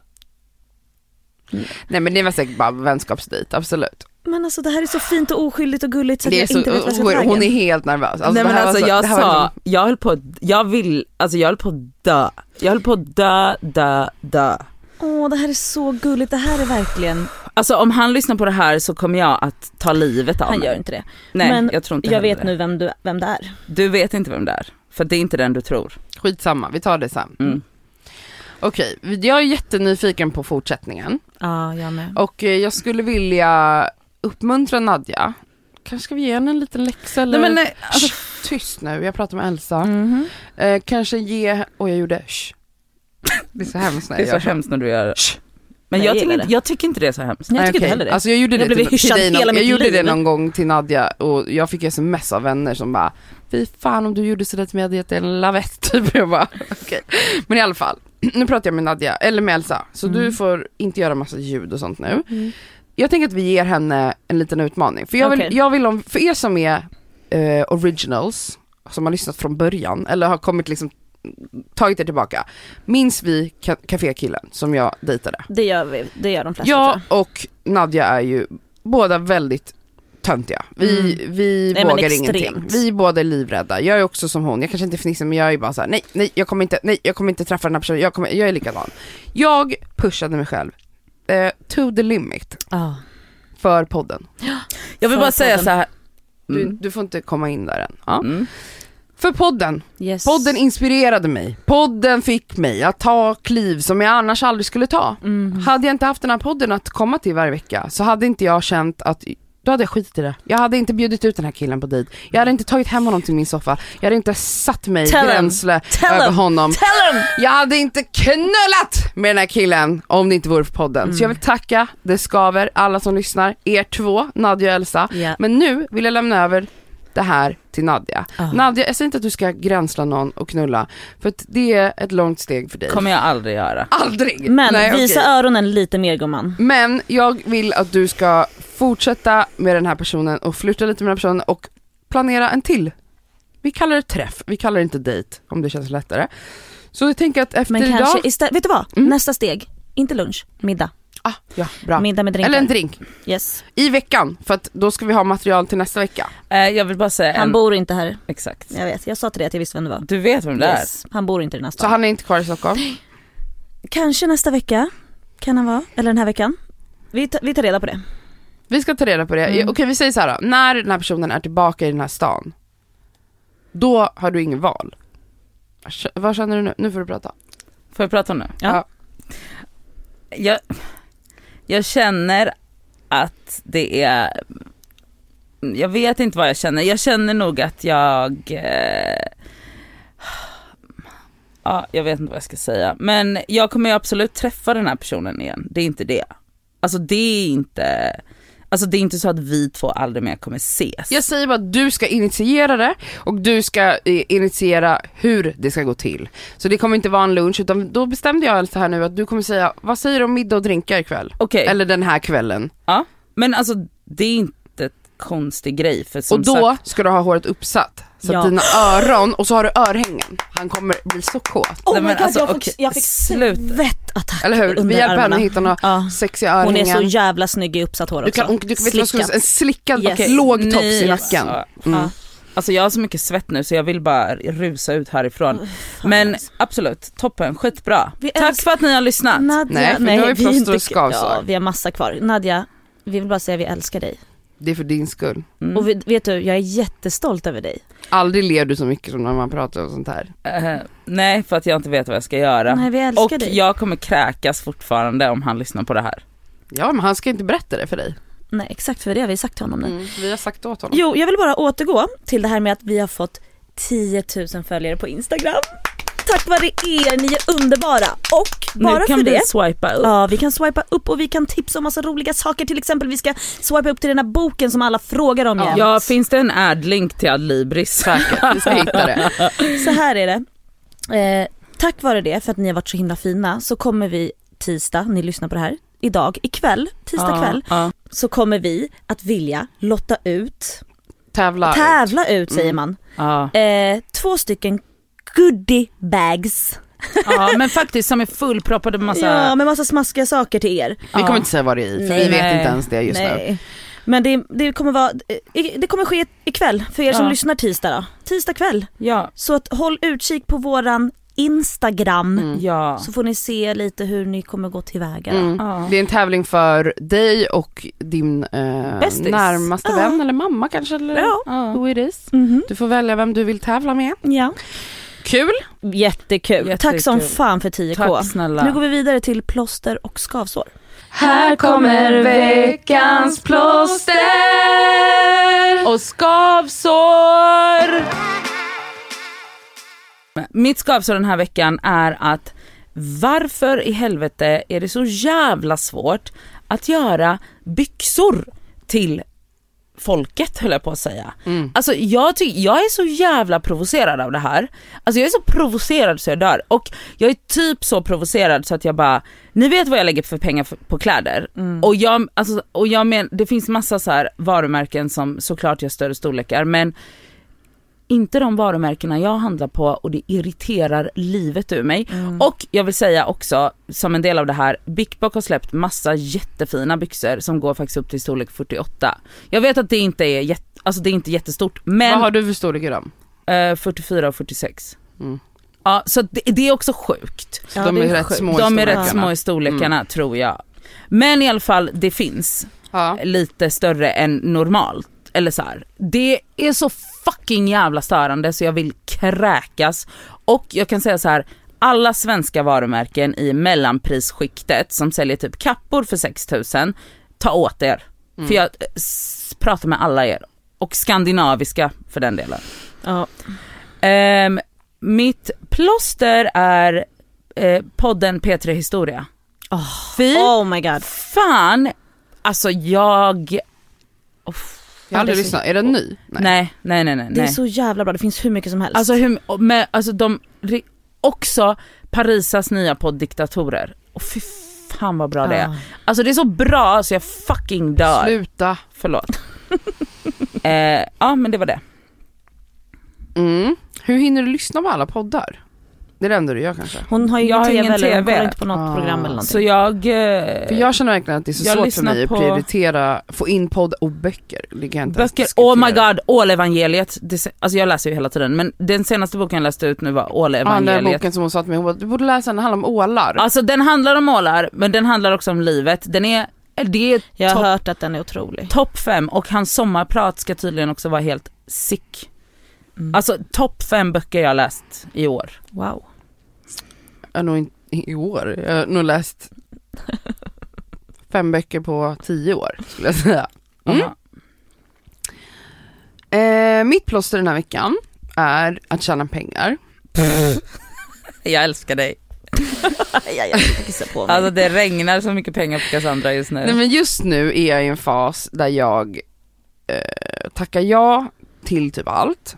Nej, men det var säkert bara vänskapsdejt, absolut. Men alltså det här är så fint och oskyldigt och gulligt så att Det är jag så, inte vet vad jag ska ta hon vägen. är helt nervös. Alltså, Nej det men här var alltså så- jag det här var sa, liksom- jag höll på att dö. Jag höll på att dö. Det här är så gulligt, det här är verkligen... Alltså om han lyssnar på det här så kommer jag att ta livet av Han mig. gör inte det. Nej, men jag tror inte jag heller vet nu vem det är. Du vet inte vem det är, för det är inte den du tror. Skitsamma, vi tar det sen. Mm. Okej, jag är jättenyfiken på fortsättningen. Ja, jag med. Och jag skulle vilja uppmuntra Nadja. Kanske ska vi ge henne en liten läxa eller? Nej, men nej, alltså... Tyst nu, jag pratar med Elsa. Mhm. Kanske ge... jag gjorde... Det är så hemskt när Det är jag så gör så. hemskt när du gör... Men Nej, jag tycker inte det är så hemskt. Nej, jag tycker okej. inte heller det. Alltså jag gjorde Jag det blev till hyschad dig hela jag mitt gjorde liv. det någon gång till Nadja och jag fick sms av vänner som bara fy fan om du gjorde sådär till mig hade jag en lavett typ. Jag bara okej. Men i alla fall, nu pratar jag med Nadja eller med Elsa så du får inte göra massa ljud och sånt nu. Jag tänker att vi ger henne en liten utmaning för jag vill för er som är originals som har lyssnat från början eller har kommit liksom tagit det tillbaka. Minns vi kafékillen som jag dejtade? Det gör de flesta. Jag och Nadja är ju båda väldigt töntiga. Vi Nej, vågar men ingenting. extremt. Vi båda är livrädda. Jag är också som hon. Jag kanske inte fnissar men jag är bara så här: nej, jag kommer inte träffa den här personen. Jag är likadan. Jag pushade mig själv to the limit för podden. Jag vill För bara säga podden. så här. Du får inte komma in där än. Ja. Mm. För podden. Yes. Podden inspirerade mig. Podden fick mig att ta kliv som jag annars aldrig skulle ta. Hade jag inte haft den här podden att komma till varje vecka så hade inte jag känt att då hade jag skitit i det. Jag hade inte bjudit ut den här killen på dejt. Jag hade inte tagit hem honom till min soffa. Jag hade inte satt mig gränsle över honom. Jag hade inte knullat med den här killen om det inte vore för podden. Så jag vill tacka Det Skaver, alla som lyssnar, er två, Nadja och Elsa. Yeah. Men nu vill jag lämna över det här till Nadja. Nadja, jag säger inte att du ska gränsla någon och knulla för att det är ett långt steg för dig. Kommer jag aldrig göra. Aldrig! Men Nej, visa okej. öronen lite mer, gumman. Men jag vill att du ska fortsätta med den här personen och flytta lite med den här personen och planera en till. Vi kallar det träff, vi kallar det inte dejt om det känns lättare. Så jag tänker att efter Men idag... kanske istället, vet du vad? Nästa steg, inte lunch, middag. Ja, bra. Middag med drinkar. Eller en drink. Yes. I veckan, för att då ska vi ha material till nästa vecka. Jag vill bara säga Han bor inte här. Exakt. Jag vet, jag sa till dig att jag visste vem det var. Du vet vem det är. Yes. Han bor inte i den här Så stan. han är inte kvar i Stockholm. Kanske nästa vecka kan han vara, eller den här veckan. Vi tar reda på det. Vi ska ta reda på det. Okej, vi säger så här då. När den här personen är tillbaka i den här stan, då har du ingen val. Vad känner du nu? Nu får du prata. Får jag prata nu? Ja. Jag känner att det är... Jag vet inte vad jag känner. Jag känner nog att jag... jag vet inte vad jag ska säga. Men jag kommer ju absolut träffa den här personen igen. Det är inte det. Alltså det är inte så att vi två aldrig mer kommer ses. Jag säger bara att du ska initiera det och du ska initiera hur det ska gå till. Så det kommer inte vara en lunch utan då bestämde jag alltså här nu att du kommer säga vad säger du om middag och drinkar ikväll? Okej. Eller den här kvällen. Ja, men alltså det är inte ett konstig grej för som och då sagt, ska du ha håret uppsatt. Så att dina öron, och så har du örhängen. Han kommer bli så kåt. Oh Nej, my men god, alltså, jag fick svettattack. Eller hur? under Vi hjälper henne armarna. att hitta några sexiga Hon örhängen. är så jävla snygg i uppsatt hår Du också. kan, du vet vad skulle, en slickad Yes. låg tops i Nej, nacken. alltså, alltså jag har så mycket svett nu så jag vill bara rusa ut härifrån. Men absolut, toppen, skitbra. Tack för att ni har lyssnat. Nadja, Nej, för nu har vi vi är plåster och inte- skavsår. Ja, vi har massa kvar. Nadja, vi vill bara säga att vi älskar dig. Det är för din skull. Och vet du, jag är jättestolt över dig. Aldrig ler du så mycket som när man pratar och sånt här. Nej, för att jag inte vet vad jag ska göra. Nej, vi älskar och dig. jag kommer kräkas fortfarande om han lyssnar på det här. Ja, men han ska inte berätta det för dig. Nej, exakt, för det har vi sagt till honom nu. Vi har sagt åt honom. Jo, jag vill bara återgå till det här med att vi har fått 10 000 följare på Instagram. Tack vare er, ni är underbara. Och bara nu kan för vi det swipa upp. Ja, vi kan swipa upp och vi kan tipsa om massa roliga saker. Till exempel vi ska swipa upp till den här boken som alla frågar om jämt. Ja, finns det en ad-link till Adlibris? Säkert, vi ska hitta det. Så här är det. Tack vare det, för att ni har varit så himla fina, så kommer vi tisdag, ni lyssnar på det här, tisdag kväll, så kommer vi att vilja lotta ut, tävla ut säger man. 2 stycken goodie bags. Ja, men faktiskt som är fullproppade med massa... Ja, med massa smaskiga saker till er. Vi kommer inte säga vad det är i, för vi vet inte ens det just nu. Men det kommer ske ikväll för er som lyssnar tisdag då. Tisdag kväll. Ja. Så att håll utkik på våran Instagram. Ja. Så får ni se lite hur ni kommer gå tillväga. Ja. Det är en tävling för dig och din Bästis. närmaste vän eller mamma kanske. Eller Ja. who it is. Mhm. Du får välja vem du vill tävla med. Ja. Kul! Jättekul. Tack som fan för 10K. Tack snälla. Nu går vi vidare till plåster och skavsår. Här kommer veckans plåster och skavsår. Mitt skavsår den här veckan är att varför i helvete är det så jävla svårt att göra byxor till folket, höll jag på att säga. Alltså jag är så jävla provocerad av det här. Alltså jag är så provocerad så jag dör. Och jag är typ så provocerad så att jag bara, ni vet vad jag lägger för pengar på kläder. Och jag men det finns massa så här varumärken som såklart gör större storlekar, men inte de varumärkena jag handlar på, och det irriterar livet ur mig. Och jag vill säga också, som en del av det här, Big Bock har släppt massa jättefina byxor som går faktiskt upp till storlek 48. Jag vet att det inte är det är inte jättestort, men Vad har du för storlek i dem? 44 och 46. Ja, så det är också sjukt. Så de är rätt små i De är rätt storlekarna. små i storlekarna, tror jag. Men i alla fall, det finns lite större än normalt. Eller så här. Det är så fucking jävla störande så jag vill kräkas. Och jag kan säga så här, alla svenska varumärken i mellanprisskiktet som säljer typ kappor för 6 000, ta åt er. För jag pratar med alla er. Och skandinaviska för den delen. Ja. Mitt plåster är podden P3 Historia. Fy Oh my god. fan. Alltså jag Jag har aldrig lyssnat. Är den ny? Nej. Det är så jävla bra, det finns hur mycket som helst. Alltså också Parisas nya podd Diktatorer. Och fy fan vad bra det är. Alltså det är så bra så jag fucking dör. Sluta. Förlåt. Ja, men det var det. Hur hinner du lyssna på alla poddar? Det är det enda du gör kanske. Hon har ju Jag har ingen ingen TV, eller hon TV. kollar inte på något program eller någonting. Så jag För jag känner verkligen att det är så jag svårt för lyssnar mig att på- prioritera, få in podd och böcker. Det kan jag inte ens böcker, diskutera. oh my god, Ålevangeliet. Alltså jag läser ju hela tiden, men den senaste boken jag läste ut nu var Ja, den Ålevangeliet. boken som hon sa till mig, hon bara, du borde läsa den, handlar om ålar. Alltså den handlar om ålar, men den handlar också om livet. Det är Jag har hört att den är otrolig. topp 5, och hans sommarprat ska tydligen också vara helt sick. Alltså topp 5 böcker jag har läst i år. Wow. Jag har nog inte i år. Jag har nog läst 5 böcker på 10 år skulle jag säga. Aha. Mitt plåster den här veckan är att tjäna pengar. Jag älskar dig. Jag kissar på mig. Alltså det regnar så mycket pengar på Cassandra just nu. Nej, men just nu är jag i en fas där jag tackar ja till typ allt.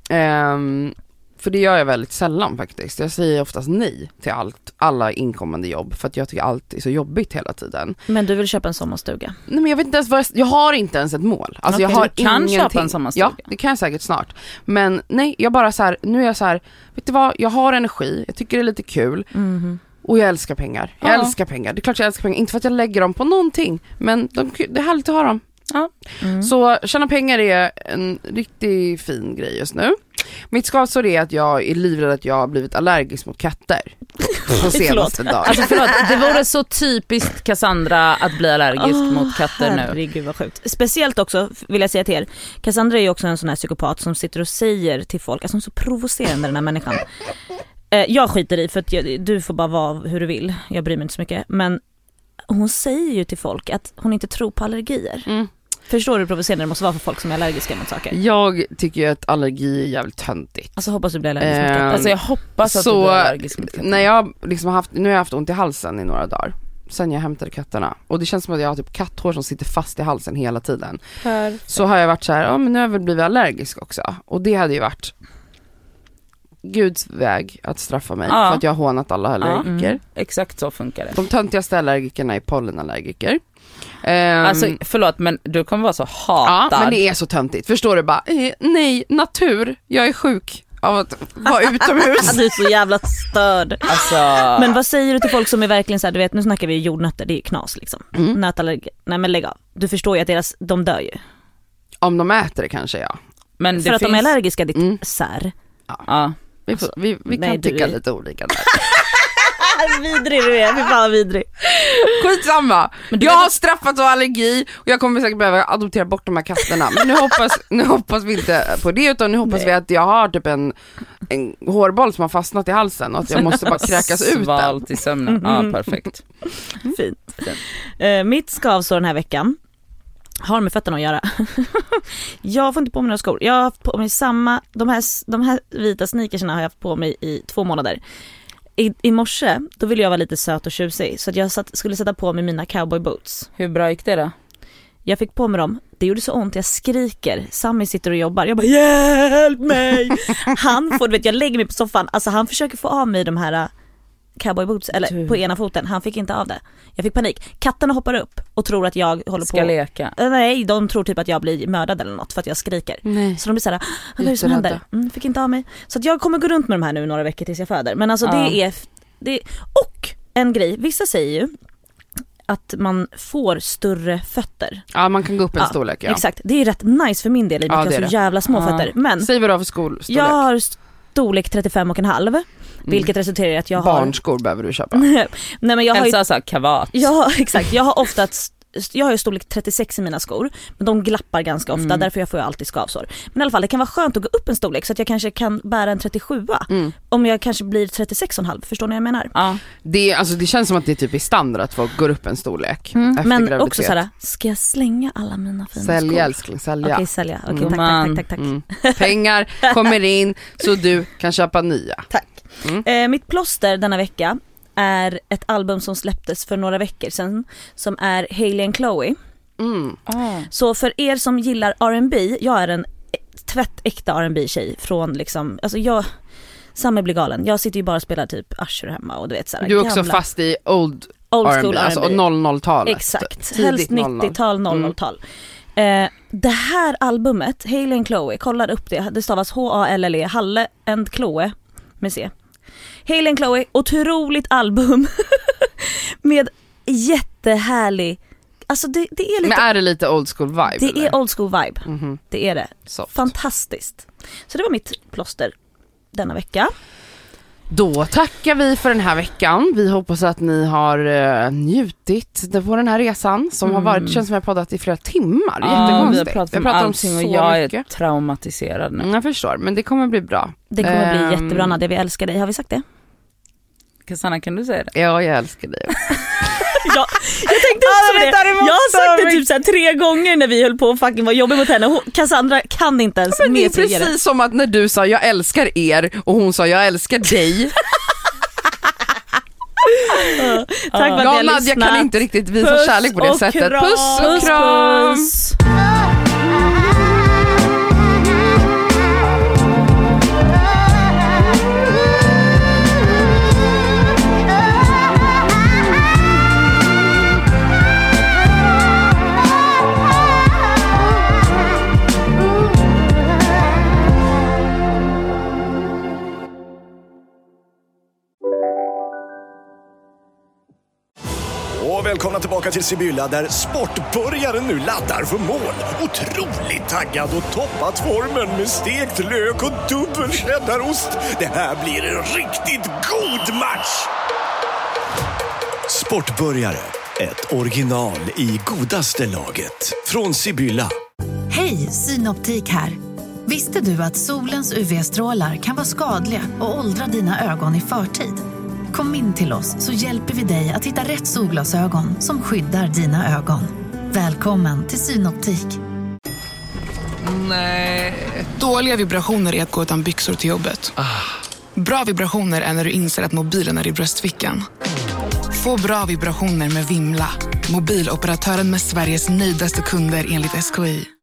För det gör jag väldigt sällan faktiskt. Jag säger oftast nej till alla inkommande jobb, för att jag tycker allt är så jobbigt hela tiden. Men du vill köpa en sommarstuga? Nej, men jag vet inte ens jag har inte ens ett mål. Alltså Okej, jag har du kan ingenting. köpa en sommarstuga. Ja, det kan jag säkert snart. Men nej, jag bara så här, nu är jag så här, vet du vad, jag har energi, jag tycker det är lite kul. Och jag älskar pengar. Jag älskar pengar. Det är klart jag älskar pengar. Inte för att jag lägger dem på någonting, men det är härligt att ha dem. Ja. Så tjäna pengar är en riktigt fin grej just nu. Mitt skavsår är att jag är livrädd att jag har blivit allergisk mot katter på senaste dagen. Alltså förlåt, det vore så typiskt Cassandra att bli allergisk mot katter nu. Herregud vad sjukt. Speciellt också vill jag säga till er, Cassandra är ju också en sån här psykopat som sitter och säger till folk, alltså hon är så provocerande den här människan. Jag skiter i för att du får bara vara hur du vill, jag bryr mig inte så mycket. Men hon säger ju till folk att hon inte tror på allergier. Förstår du hur provocerande det måste vara för folk som är allergiska mot saker? Jag tycker ju att allergi är jävligt töntigt. Alltså hoppas du blir allergisk mot katter. Alltså jag hoppas att så, du blir allergisk mot katter. när jag liksom nu har jag haft ont i halsen i några dagar sen jag hämtade katterna, och det känns som att jag har typ katthår som sitter fast i halsen hela tiden. Så har jag varit så här, ja men nu har jag väl blivit allergisk också, och det hade ju varit Guds väg att straffa mig för att jag har hånat alla allergiker. Exakt så funkar det. De töntigaste allergikerna är pollenallergiker. Alltså förlåt, men du kommer vara så hatad. Ja, men det är så töntigt. Förstår du bara, nej, natur, jag är sjuk av att vara utomhus. Du är så jävla störd. Alltså... Men vad säger du till folk som är verkligen så här, du vet, nu snackar vi jordnötter, det är ju knas liksom. Nötallergi, nej men lägg av. Du förstår ju att de dör ju. Om de äter det kanske, ja. Men för det att de är allergiska ditt sär. Ja. Vi kan tycka lite olika där. Vidrig du är, fy fan vidrig. Skitsamma. Jag har straffat av allergi och jag kommer säkert behöva adoptera bort de här katterna. Men nu hoppas vi inte på det, utan nu hoppas vi att jag har typ en hårboll som har fastnat i halsen och att jag måste bara kräkas ut den. Svalt i sömnen. Ja, perfekt. Fint. Mitt skavsår den här veckan har med fötterna att göra. Jag får inte på mig några skor. Jag har haft på mig de här vita sneakersna har jag haft på mig i 2 månader. I morse, då ville jag vara lite söt och tjusig, så att jag skulle sätta på mig mina cowboy boots. Hur bra gick det då? Jag fick på mig dem. Det gjorde så ont, jag skriker. Sammy sitter och jobbar. Jag bara, hjälp mig! Han får, jag lägger mig på soffan. Alltså han försöker få av mig de här cowboy boots på ena foten. Han fick inte av det. Jag fick panik. Katterna hoppar upp och tror att jag håller ska leka. Nej, de tror typ att jag blir mördad eller något för att jag skriker. Nej. Så de blir så här, vad är det som händer? Fick inte av mig. Så att jag kommer gå runt med de här nu några veckor tills jag föder. Men alltså det och en grej, vissa säger ju att man får större fötter. Ja, man kan gå upp en storlek. Ja. Exakt, det är rätt nice för min del i att jag har så jävla små fötter. Men säg vad du har för storlek. Jag har storlek 35,5. Vilket resulterar i att jag har... Barnskor behöver du köpa. Nej, men jag har Elsa sa kavat. Ja, exakt. Jag har ju storlek 36 i mina skor, men de glappar ganska ofta, därför får jag alltid skavsår. Men i alla fall, det kan vara skönt att gå upp en storlek så att jag kanske kan bära en 37 om jag kanske blir 36,5, förstår ni vad jag menar? Ja. Det känns som att det typ är standard att folk går upp en storlek efter men graviditet. också såhär, ska jag slänga alla mina fina skor? Sälja, älskling, sälja. Okej, sälja. Okej, tack. Pengar kommer in så du kan köpa nya. Tack. Mitt plåster denna vecka är ett album som släpptes för några veckor sedan som är Hailey & Chloe. Så för er som gillar R&B, jag är en tvättäkta R&B-tjej från liksom, alltså Sammy blir galen. Jag sitter ju bara och spelar typ Usher hemma och du vet såhär. Du är också fast i old school R&B, alltså 00-talet. Exakt, helst 90-tal, 00-tal. Det här albumet, Hailey & Chloe, kollar upp det stavas Halle Halle & Chloe med C. Hailey & Chloe, otroligt album med jättehärlig, alltså det är lite... Men är det lite old school vibe? Det eller? är old school vibe, det är det. Soft. Fantastiskt. Så det var mitt plåster denna vecka. Då tackar vi för den här veckan. Vi hoppas att ni har njutit på den här resan som har varit, det känns som att vi har poddat i flera timmar. Jättekonstigt. Vi har pratat om allting och jag är traumatiserad nu. Jag förstår, men det kommer bli bra. Det kommer bli jättebra, Nadia, vi älskar dig. Har vi sagt det? Cassandra, kan du säga det? Ja, jag älskar dig. Jag tänkte också det. Jag har sagt det typ så här 3 gånger när vi höll på att fucking vara jobbig mot henne. Cassandra kan inte ens men det är precis det. Som att när du sa jag älskar er och hon sa jag älskar dig. Tack för att ni har lyssnat. Jag kan inte riktigt visa kärlek på det sättet. Puss och kram. Puss. Välkomna tillbaka till Sibylla där sportbörjaren nu laddar för mål. Otroligt taggad och toppat formen med stekt lök och dubbel cheddarost. Det här blir en riktigt god match. Sportbörjare, ett original i godaste laget. Från Sibylla. Hej, Synoptik här. Visste du att solens UV-strålar kan vara skadliga och åldra dina ögon i förtid? Kom in till oss så hjälper vi dig att hitta rätt solglasögon som skyddar dina ögon. Välkommen till Synoptik. Nej. Dåliga vibrationer är att gå utan byxor till jobbet. Bra vibrationer är när du inser att mobilen är i bröstfickan. Få bra vibrationer med Vimla. Mobiloperatören med Sveriges nöjdaste kunder enligt SKI.